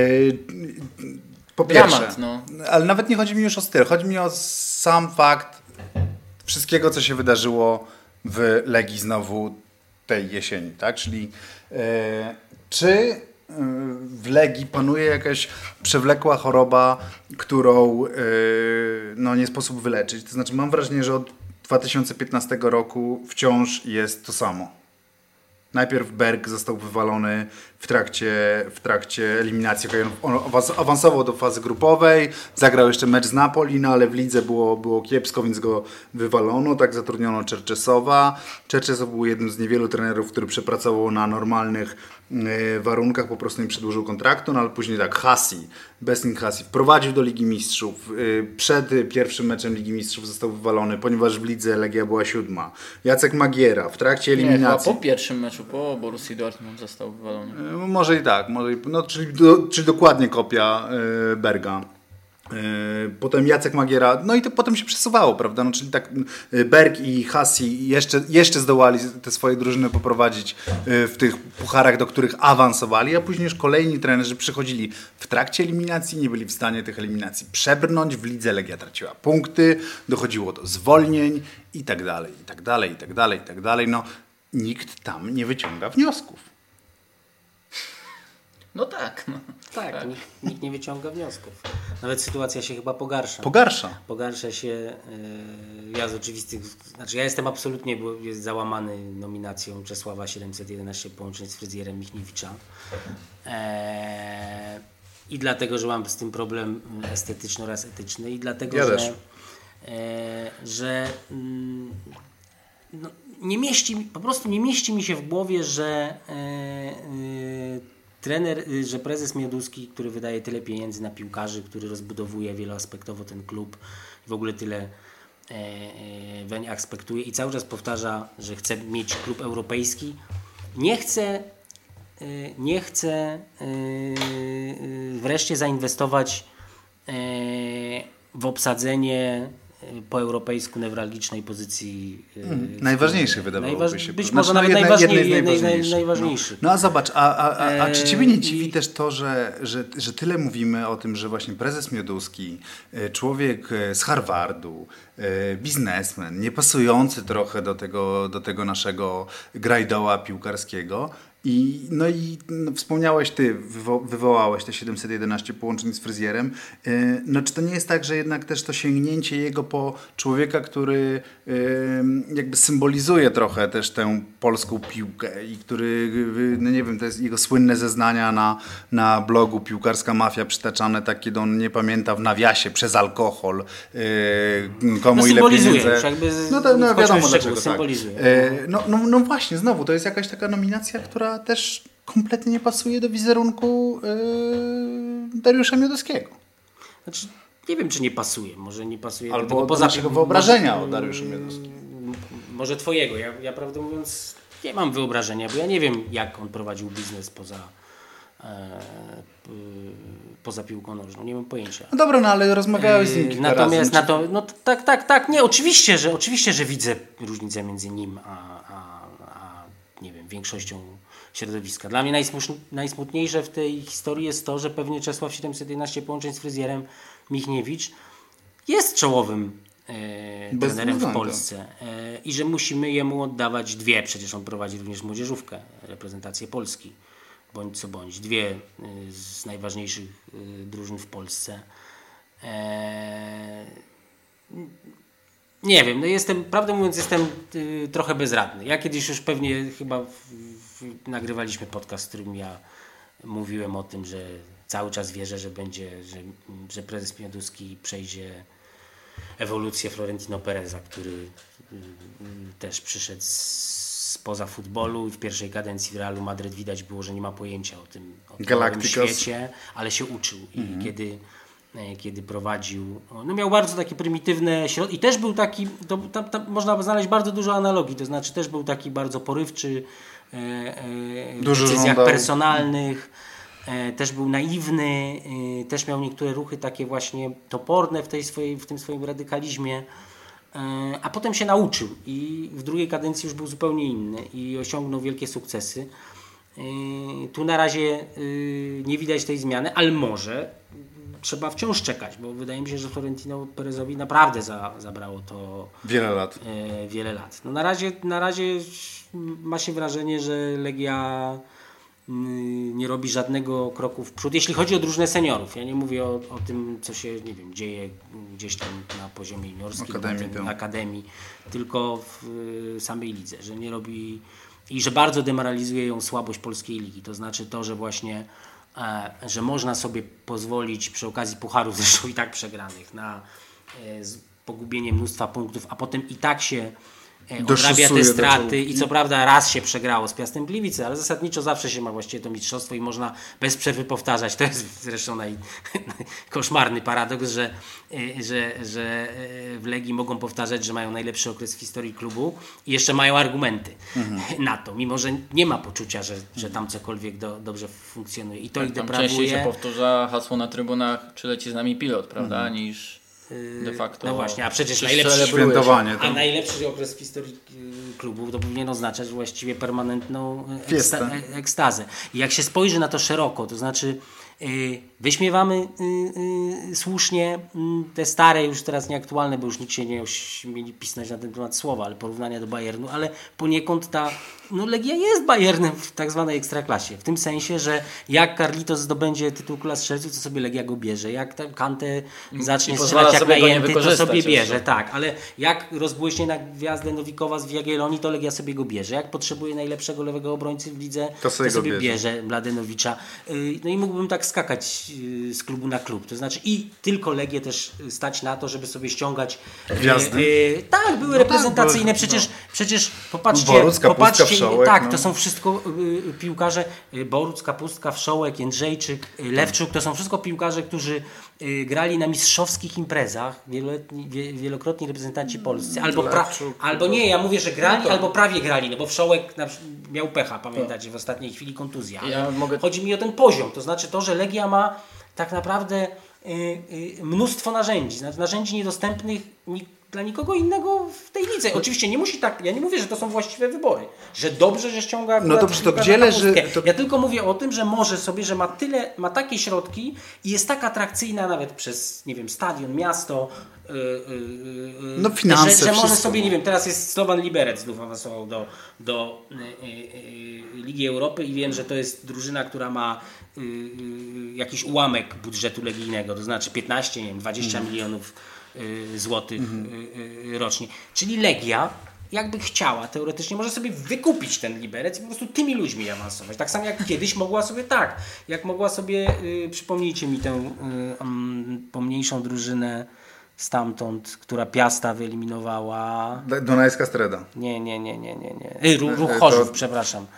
Po pierwsze, Dramat, no. ale nawet nie chodzi mi już o styl, chodzi mi o sam fakt wszystkiego, co się wydarzyło w Legii znowu tej jesieni, tak? Czyli czy w Legii panuje jakaś przewlekła choroba, którą no, nie sposób wyleczyć? To znaczy mam wrażenie, że od 2015 roku wciąż jest to samo. Najpierw Berg został wywalony w trakcie eliminacji. On awansował do fazy grupowej, zagrał jeszcze mecz z Napoli, no ale w lidze było kiepsko, więc go wywalono. Tak zatrudniono Czerczesowa. Czerczesow był jednym z niewielu trenerów, który przepracował na normalnych warunkach, po prostu nie przedłużył kontraktu, no ale później tak, Besnik Hassi wprowadził do Ligi Mistrzów. Przed pierwszym meczem Ligi Mistrzów został wywalony, ponieważ w lidze Legia była 7. Jacek Magiera w trakcie eliminacji. Po pierwszym meczu, po Borussii Dortmund został wywalony. Może i tak, no, czyli dokładnie kopia Berga. Potem Jacek Magiera, no i to potem się przesuwało, prawda? No, czyli tak Berg i Hassi jeszcze zdołali te swoje drużyny poprowadzić w tych pucharach, do których awansowali, a później już kolejni trenerzy przychodzili w trakcie eliminacji, nie byli w stanie tych eliminacji przebrnąć, w lidze Legia traciła punkty, dochodziło do zwolnień i tak dalej, i tak dalej, i tak dalej, i tak dalej. No, nikt tam nie wyciąga wniosków. No tak. No. Tak. Nikt nie wyciąga wniosków. Nawet sytuacja się chyba pogarsza. Pogarsza się. Ja z oczywistych... Znaczy ja jestem absolutnie załamany nominacją Czesława 711 połączeń z fryzjerem Michniewicza. I dlatego, że mam z tym problem estetyczny oraz etyczny. I dlatego, że no, po prostu nie mieści mi się w głowie, że że prezes Mioduski, który wydaje tyle pieniędzy na piłkarzy, który rozbudowuje wieloaspektowo ten klub i w ogóle tyle weń aspektuje i cały czas powtarza, że chce mieć klub europejski, nie chce wreszcie zainwestować w obsadzenie po europejsku newralgicznej pozycji. Najważniejszej wydawałoby się. Być może nawet najważniejszy. No a zobacz, a czy ciebie nie dziwi też to, że tyle mówimy o tym, że właśnie prezes Mioduski, człowiek z Harvardu, biznesmen, niepasujący trochę do tego naszego grajdoła piłkarskiego, no i wspomniałeś wywołałeś te 711 połączeń z fryzjerem. No czy to nie jest tak, że jednak też to sięgnięcie jego po człowieka, który jakby symbolizuje trochę też tę polską piłkę i który, no nie wiem, to jest jego słynne zeznania na blogu Piłkarska Mafia przytaczane tak, kiedy on nie pamięta w nawiasie przez alkohol komu ile pieniędzy. No wiadomo dlaczego tak. No właśnie, znowu, to jest jakaś taka nominacja, która też kompletnie nie pasuje do wizerunku Dariusza Mioduskiego. Znaczy, nie wiem, czy nie pasuje. Może nie pasuje. Albo do naszego wyobrażenia o Dariuszu Mioduskim. Może twojego. Ja prawdę mówiąc nie mam wyobrażenia, bo ja nie wiem, jak on prowadził biznes poza piłką nożną. Nie mam pojęcia. No dobra, no ale rozmawiałeś z nim kilka natomiast razy. Tak. Nie, oczywiście, że widzę różnicę między nim a nie wiem, większością środowiska. Dla mnie najsmutniejsze w tej historii jest to, że pewnie Czesław 711 połączeń z fryzjerem Michniewicz jest czołowym trenerem w Polsce i że musimy jemu oddawać przecież on prowadzi również młodzieżówkę, reprezentację Polski, bądź co bądź, 2 z najważniejszych drużyn w Polsce. Nie wiem, prawdę mówiąc jestem trochę bezradny. Ja kiedyś już pewnie chyba nagrywaliśmy podcast, w którym ja mówiłem o tym, że cały czas wierzę, że prezes Mioduski przejdzie ewolucję Florentino Pereza, który też przyszedł spoza futbolu i w pierwszej kadencji w Realu Madryt widać było, że nie ma pojęcia o tym nowym świecie, ale się uczył. I kiedy kiedy prowadził. No miał bardzo takie prymitywne środki i też był taki, tam można znaleźć bardzo dużo analogii, to znaczy też był taki bardzo porywczy w decyzjach personalnych, też był naiwny, też miał niektóre ruchy takie właśnie toporne w tym swoim radykalizmie, a potem się nauczył i w drugiej kadencji już był zupełnie inny i osiągnął wielkie sukcesy. Tu na razie nie widać tej zmiany, ale może trzeba wciąż czekać, bo wydaje mi się, że Florentino Perezowi naprawdę zabrało to wiele lat. No na razie ma się wrażenie, że Legia nie robi żadnego kroku w przód, jeśli chodzi o drużynę seniorów. Ja nie mówię o tym, co się dzieje gdzieś tam na poziomie juniorskim, akademii, tylko w samej lidze, że nie robi i że bardzo demoralizuje ją słabość polskiej ligi. To znaczy to, że właśnie że można sobie pozwolić przy okazji pucharów, zresztą i tak przegranych, na pogubienie mnóstwa punktów, a potem i tak się odrabia te straty i co prawda raz się przegrało z Piastem Gliwice, ale zasadniczo zawsze się ma właściwie to mistrzostwo i można bez przerwy powtarzać. To jest zresztą koszmarny paradoks, że w Legii mogą powtarzać, że mają najlepszy okres w historii klubu i jeszcze mają argumenty na to, mimo że nie ma poczucia, że tam cokolwiek dobrze funkcjonuje i to ich deprawuje. Częściej się powtarza hasło na trybunach, czy leci z nami pilot, prawda, niż de facto. No właśnie, a przecież najlepszy okres w historii klubu to powinien oznaczać właściwie permanentną ekstazę. I jak się spojrzy na to szeroko, to znaczy wyśmiewamy słusznie te stare, już teraz nieaktualne, bo już nikt się nie mieli pisać na ten temat słowa, ale porównania do Bayernu, ale poniekąd Legia jest Bayernem w tak zwanej ekstraklasie. W tym sensie, że jak Carlitos zdobędzie tytuł Króla Strzelców, to sobie Legia go bierze. Jak Kante zacznie strzelać jak najęty, to sobie bierze. Tak, ale jak rozbłyśnie na gwiazdę Nowikowa z Jagiellonii, to Legia sobie go bierze. Jak potrzebuje najlepszego lewego obrońcy w lidze, to sobie bierze Mladenowicza. No i mógłbym tak skakać z klubu na klub. To znaczy i tylko Legię też stać na to, żeby sobie ściągać gwiazdy. Tak, były reprezentacyjne. Przecież popatrzcie, Wszołek, tak, to są wszystko piłkarze, Boruc, Kapustka, Wszołek, Jędrzejczyk, Lewczuk, to są wszystko piłkarze, którzy grali na mistrzowskich imprezach, wielokrotni reprezentanci polscy, albo nie, ja mówię, że grali, albo prawie grali, no bo Wszołek miał pecha, pamiętacie, w ostatniej chwili kontuzja. Chodzi mi o ten poziom, to znaczy to, że Legia ma tak naprawdę mnóstwo narzędzi niedostępnych dla nikogo innego w tej lidze. Oczywiście nie musi tak, ja nie mówię, że to są właściwe wybory, że dobrze, że ściąga no dobrze, to gdzie leży... Ja tylko mówię o tym, że może sobie, że ma takie środki i jest tak atrakcyjna nawet przez, nie wiem, stadion, miasto, finanse, że może sobie, nie wiem, teraz jest Slovan Liberec znów awansował do Ligi Europy i wiem, że to jest drużyna, która ma jakiś ułamek budżetu legijnego, to znaczy 15, nie wiem, 20 milionów złotych rocznie. Czyli Legia, jakby chciała, teoretycznie może sobie wykupić ten Liberec i po prostu tymi ludźmi awansować. Tak samo jak kiedyś mogła sobie przypomnijcie mi tę pomniejszą drużynę stamtąd, która Piasta wyeliminowała. Dunajska Streda. Nie. Ruch Chorzów, przepraszam.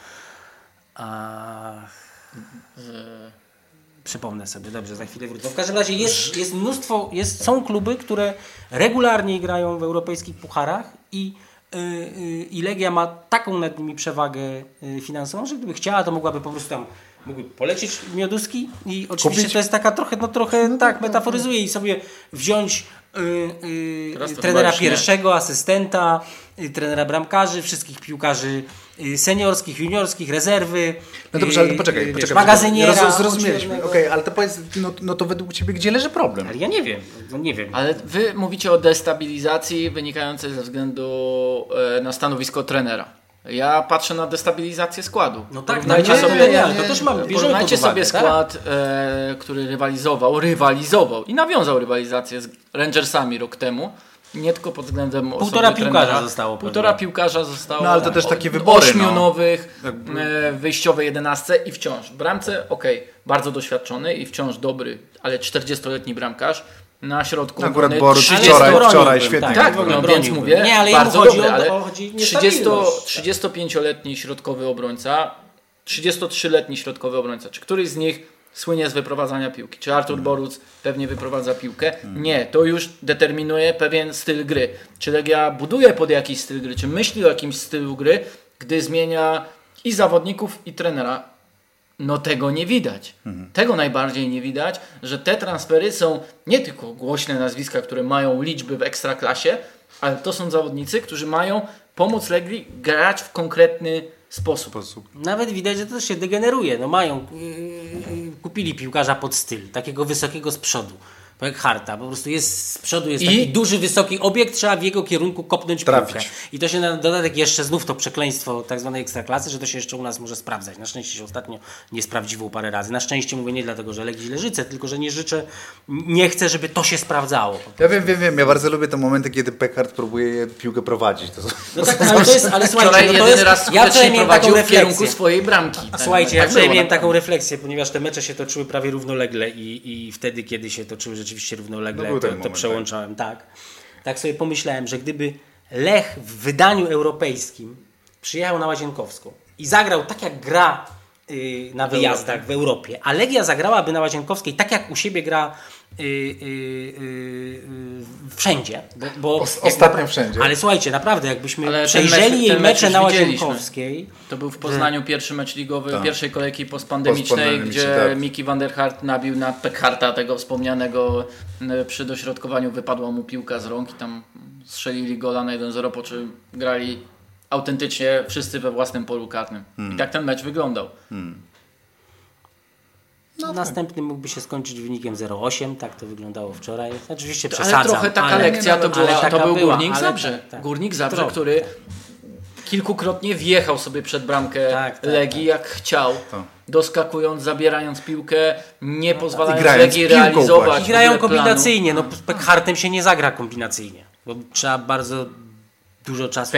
Przypomnę sobie, dobrze, za chwilę wrócę. W każdym razie jest mnóstwo, są kluby, które regularnie grają w europejskich pucharach i Legia ma taką nad nimi przewagę finansową, że gdyby chciała, to mogłaby po prostu mógłby polecieć Mioduski i oczywiście to jest taka trochę metaforyzuje i sobie wziąć trenera pierwszego, asystenta, trenera bramkarzy, wszystkich piłkarzy seniorskich, juniorskich, rezerwy. No dobrze, ale poczekaj. Magazyniera. Zrozumieliśmy. Okej, ale to powiedz, no to według Ciebie gdzie leży problem? Ale ja nie wiem. Ale Wy mówicie o destabilizacji wynikającej ze względu na stanowisko trenera. Ja patrzę na destabilizację składu. No tak, to też mamy. Porównajcie sobie skład, który rywalizował i nawiązał rywalizację z Rangersami rok temu. Nie tylko pod względem Półtora piłkarza zostało. No ale to też takie wybory. 8 nowych, wyjściowe 11 i wciąż. W bramce, bardzo doświadczony i wciąż dobry, ale 40-letni bramkarz. Na środku akurat Boruc wczoraj świetnie. Tak, więc mówię, nie, ale bardzo chodzi dobry, ale 35-letni środkowy obrońca, 33-letni środkowy obrońca, czy któryś z nich słynie z wyprowadzania piłki. Czy Artur Boruc pewnie wyprowadza piłkę? Nie, to już determinuje pewien styl gry. Czy Legia buduje pod jakiś styl gry, czy myśli o jakimś stylu gry, gdy zmienia i zawodników, i trenera? No tego nie widać. Tego najbardziej nie widać, że te transfery są nie tylko głośne nazwiska, które mają liczby w ekstraklasie, ale to są zawodnicy, którzy mają pomóc Legii grać w konkretny sposób. Nawet widać, że to się degeneruje. No mają, kupili piłkarza pod styl, takiego wysokiego z przodu. Harta, po prostu jest z przodu jest taki duży, wysoki obiekt, trzeba w jego kierunku kopnąć piłkę. I to się na dodatek jeszcze znów to przekleństwo tak zwanej ekstraklasy, że to się jeszcze u nas może sprawdzać. Na szczęście się ostatnio nie sprawdziło parę razy. Na szczęście mówię nie dlatego, że Legii źle życzę, tylko że nie chcę, żeby to się sprawdzało. Ja wiem. Ja bardzo lubię te momenty, kiedy Peckhardt próbuje piłkę prowadzić. No tak, ale słuchajcie, no to jest, ja wczoraj miałem taką refleksję w kierunku swojej bramki. Słuchajcie, ja wczoraj miałem taką refleksję, ponieważ te mecze się toczyły prawie równolegle i wtedy, kiedy się toczyły rzeczywiście równolegle, to przełączałem. Tak sobie pomyślałem, że gdyby Lech w wydaniu europejskim przyjechał na Łazienkowską i zagrał tak jak gra na wyjazdach w Europie, a Legia zagrałaby na Łazienkowskiej tak jak u siebie gra wszędzie. Ostatnio wszędzie. Ale słuchajcie, naprawdę, jakbyśmy przejrzeli jej mecze na Łazienkowskiej. To był w Poznaniu pierwszy mecz ligowy pierwszej kolejki postpandemicznej, gdzie Miki van der Hart nabił na Peckharta, tego wspomnianego. Przy dośrodkowaniu wypadła mu piłka z rąk i tam strzelili gola na 1-0, po czym grali autentycznie wszyscy we własnym polu karnym. I tak ten mecz wyglądał. Następny mógłby się skończyć wynikiem 0-8, tak to wyglądało wczoraj. Oczywiście przesadzam. Ale trochę taka lekcja to był Górnik Zabrze. Górnik Zabrze, który kilkukrotnie wjechał sobie przed bramkę Legii jak chciał. Doskakując, zabierając piłkę, nie pozwalając Legii realizować. I grają kombinacyjnie. No, z Peckhartem się nie zagra kombinacyjnie, bo trzeba bardzo dużo czasu,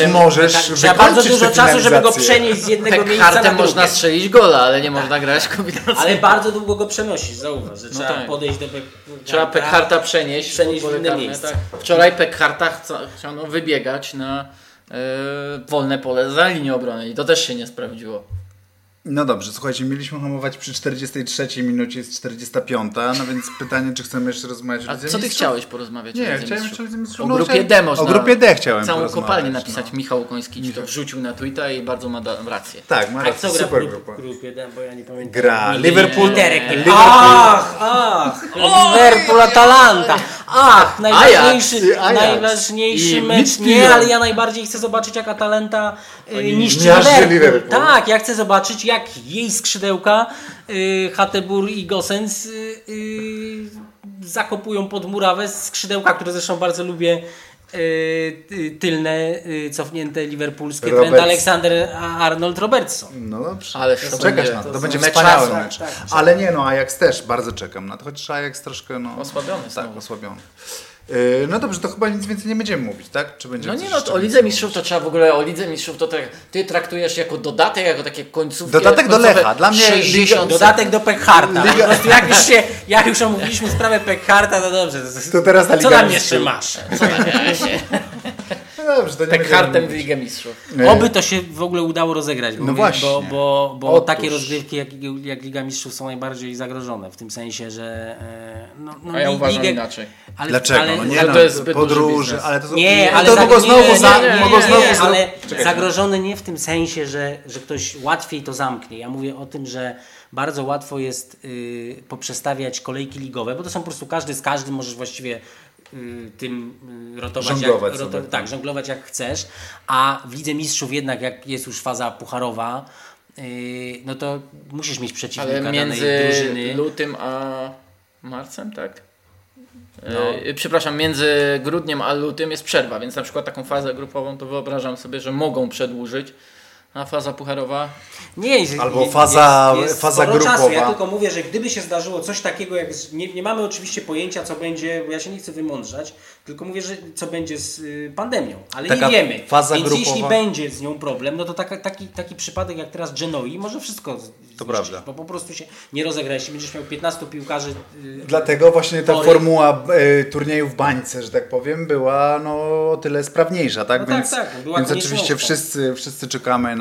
żeby go przenieść z jednego miejsca na drugie. Można strzelić gola, ale nie można grać kombinacyjnie. Ale bardzo długo go przenosisz, zauważ, że trzeba podejść do trzeba Peckharta przenieść w inne miejsce. Tak. Wczoraj Peckharta chciano wybiegać na wolne pole za linię obrony i to też się nie sprawdziło. No dobrze, słuchajcie, mieliśmy hamować przy 43 minucie, jest 45, no więc pytanie, czy chcemy jeszcze rozmawiać o Lidze Mistrzów? Co ty chciałeś porozmawiać o Lidze Mistrzów? O grupie D można. O grupie D chciałem całą kopalnię napisać. Michał Koński to wrzucił na Twittera i bardzo ma rację. Tak, ma rację, super grupa. Grupie D, bo ja nie pamiętam. Gra Liverpool. Liverpool, Atalanta. Najważniejszy mecz. Nie, ale ja najbardziej chcę zobaczyć, jak Atalanta niszczy Liverpool. Tak, ja chcę zobaczyć, jak jej skrzydełka Hateboer i Gosens zakopują pod murawę skrzydełka, które zresztą bardzo lubię, tylne, cofnięte liverpoolskie, Trent Alexander-Arnold Robertson. No dobrze, ale czekasz na to. To będzie wspaniały mecz. Ale nie, Ajax też bardzo czekam na to, chociaż Ajax troszkę osłabiony. Tak, osłabiony. No dobrze, to chyba nic więcej nie będziemy mówić, tak? Czy będzie o Lidze Mistrzów to trzeba w ogóle, o Lidze Mistrzów to ty traktujesz jako dodatek, jako takie końcówki. Dodatek do Lecha, dla mnie dodatek do Peckharta. Po prostu jak już omówiliśmy sprawę Peckharta, to dobrze. To teraz na Liga Co tam jeszcze masz? No dobrze, to nie Peckhartem w Ligę Mistrzów. Oby to się w ogóle udało rozegrać, bo takie rozgrywki jak Liga Mistrzów są najbardziej zagrożone, w tym sensie, że a ja uważam inaczej. Dlaczego? To jest zbyt podróży, ale zagrożone nie w tym sensie, że ktoś łatwiej to zamknie. Ja mówię o tym, że bardzo łatwo jest poprzestawiać kolejki ligowe, bo to są po prostu każdy z każdym, możesz właściwie tym rotować, żonglować jak chcesz, a w Lidze Mistrzów jednak jak jest już faza pucharowa, no to musisz mieć przeciwnika danej drużyny. Między lutym a marcem, tak? Przepraszam, między grudniem a lutym jest przerwa, więc na przykład taką fazę grupową to wyobrażam sobie, że mogą przedłużyć. A faza pucharowa? Albo faza grupowa. Czasu. Ja tylko mówię, że gdyby się zdarzyło coś takiego, jak nie mamy oczywiście pojęcia, co będzie, bo ja się nie chcę wymądrzać, tylko mówię, że co będzie z pandemią, ale taka nie wiemy. Faza Więc grupowa. jeśli będzie z nią problem, no to taki przypadek jak teraz Genoi może wszystko to prawda. Bo po prostu się nie rozegra, jeśli będziesz miał 15 piłkarzy. Dlatego właśnie ta formuła turnieju w bańce, że tak powiem, była o tyle sprawniejsza, tak? No więc oczywiście wszyscy czekamy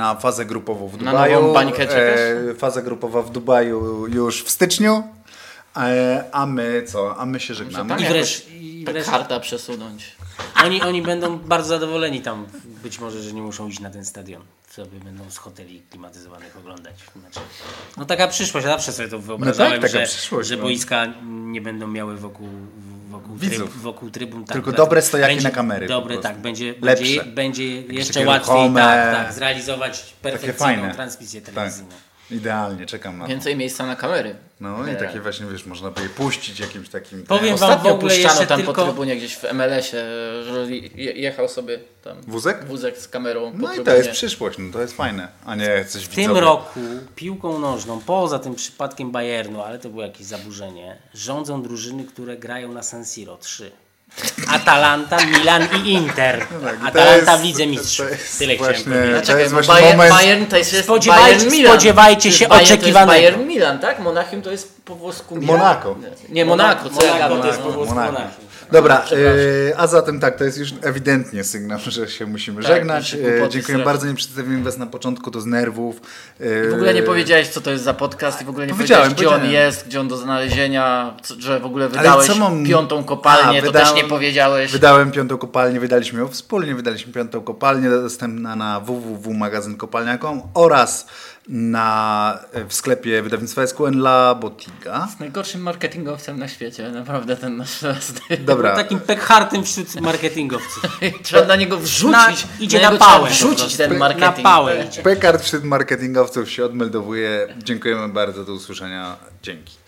na fazę grupową w Na Dubaju. nową bańkę czekasz? Faza grupowa w Dubaju już w styczniu. A my co? A my się żegnamy. Tam I jakoś wreszcie karta przesunąć. oni będą bardzo zadowoleni tam, być może, że nie muszą iść na ten stadion. Sobie będą z hoteli klimatyzowanych oglądać. Znaczy, no taka przyszłość, ja zawsze sobie to wyobrażałem, taka że, przyszłość, że no. boiska nie będą miały Widzów. wokół trybun. Tak, Tylko tak, dobre stojaki będzie, na kamery po dobre, prostu. tak, będzie jeszcze takie łatwiej ruchome, zrealizować fajne. perfekcyjną transmisję Tak, telewizyjną. idealnie, czekam na to. Więcej miejsca na kamery. No i takie właśnie, wiesz, można by je puścić jakimś takim... Powiem wam w Ostatnio ogóle puszczano jeszcze tam tylko... po trybunie gdzieś w MLS-ie, że jechał sobie tam Wózek z kamerą po No i trybunie. to jest przyszłość, no to jest fajne, a nie coś W tym roku piłką nożną, poza tym przypadkiem Bayernu, ale to było jakieś zaburzenie, rządzą drużyny, które grają na San Siro 3. Atalanta, Milan i Inter. tak, i to Atalanta jest- w Lidze Mistrzów. to jest Tyle chciałem właśnie- powiedzieć. to Czekaj, jest bo właśnie moment- Bayern to jest Spodziewajcie- Bayern Milan. spodziewajcie się To jest oczekiwanego. Bayern Milan, tak? Monachium to jest po włosku Milan. Monako. Nie, Monako, co ja gadam. to jest po włosku Monako. Monachium. Dobra, a zatem tak, to jest już ewidentnie sygnał, że się musimy Tak, żegnać. już się kłopoty Dziękuję straszne. bardzo, nie przedstawiłem was na początku, to z nerwów. W ogóle nie powiedziałeś, co to jest za podcast i w ogóle nie Powiedziałem, powiedziałeś, gdzie on powiedziałem. jest, gdzie on do znalezienia, że w ogóle wydałeś co mam- 5. kopalnię, to też nie powiedziałeś. Wydałem 5. kopalnię, wydaliśmy ją wspólnie, wydaliśmy 5. kopalnię, dostępna na www.magazynkopalnia.com oraz w sklepie wydawnictwa SQN La Botiga. Z najgorszym marketingowcem na świecie, naprawdę ten nasz Dobra, Takim pekhartem wśród marketingowców. Trzeba na niego wrzucić. Idzie niego na trzeba pałę po wrzucić prostu. ten marketing. Na pałę idzie. Pekard wśród marketingowców się odmeldowuje. Dziękujemy bardzo, do usłyszenia. Dzięki.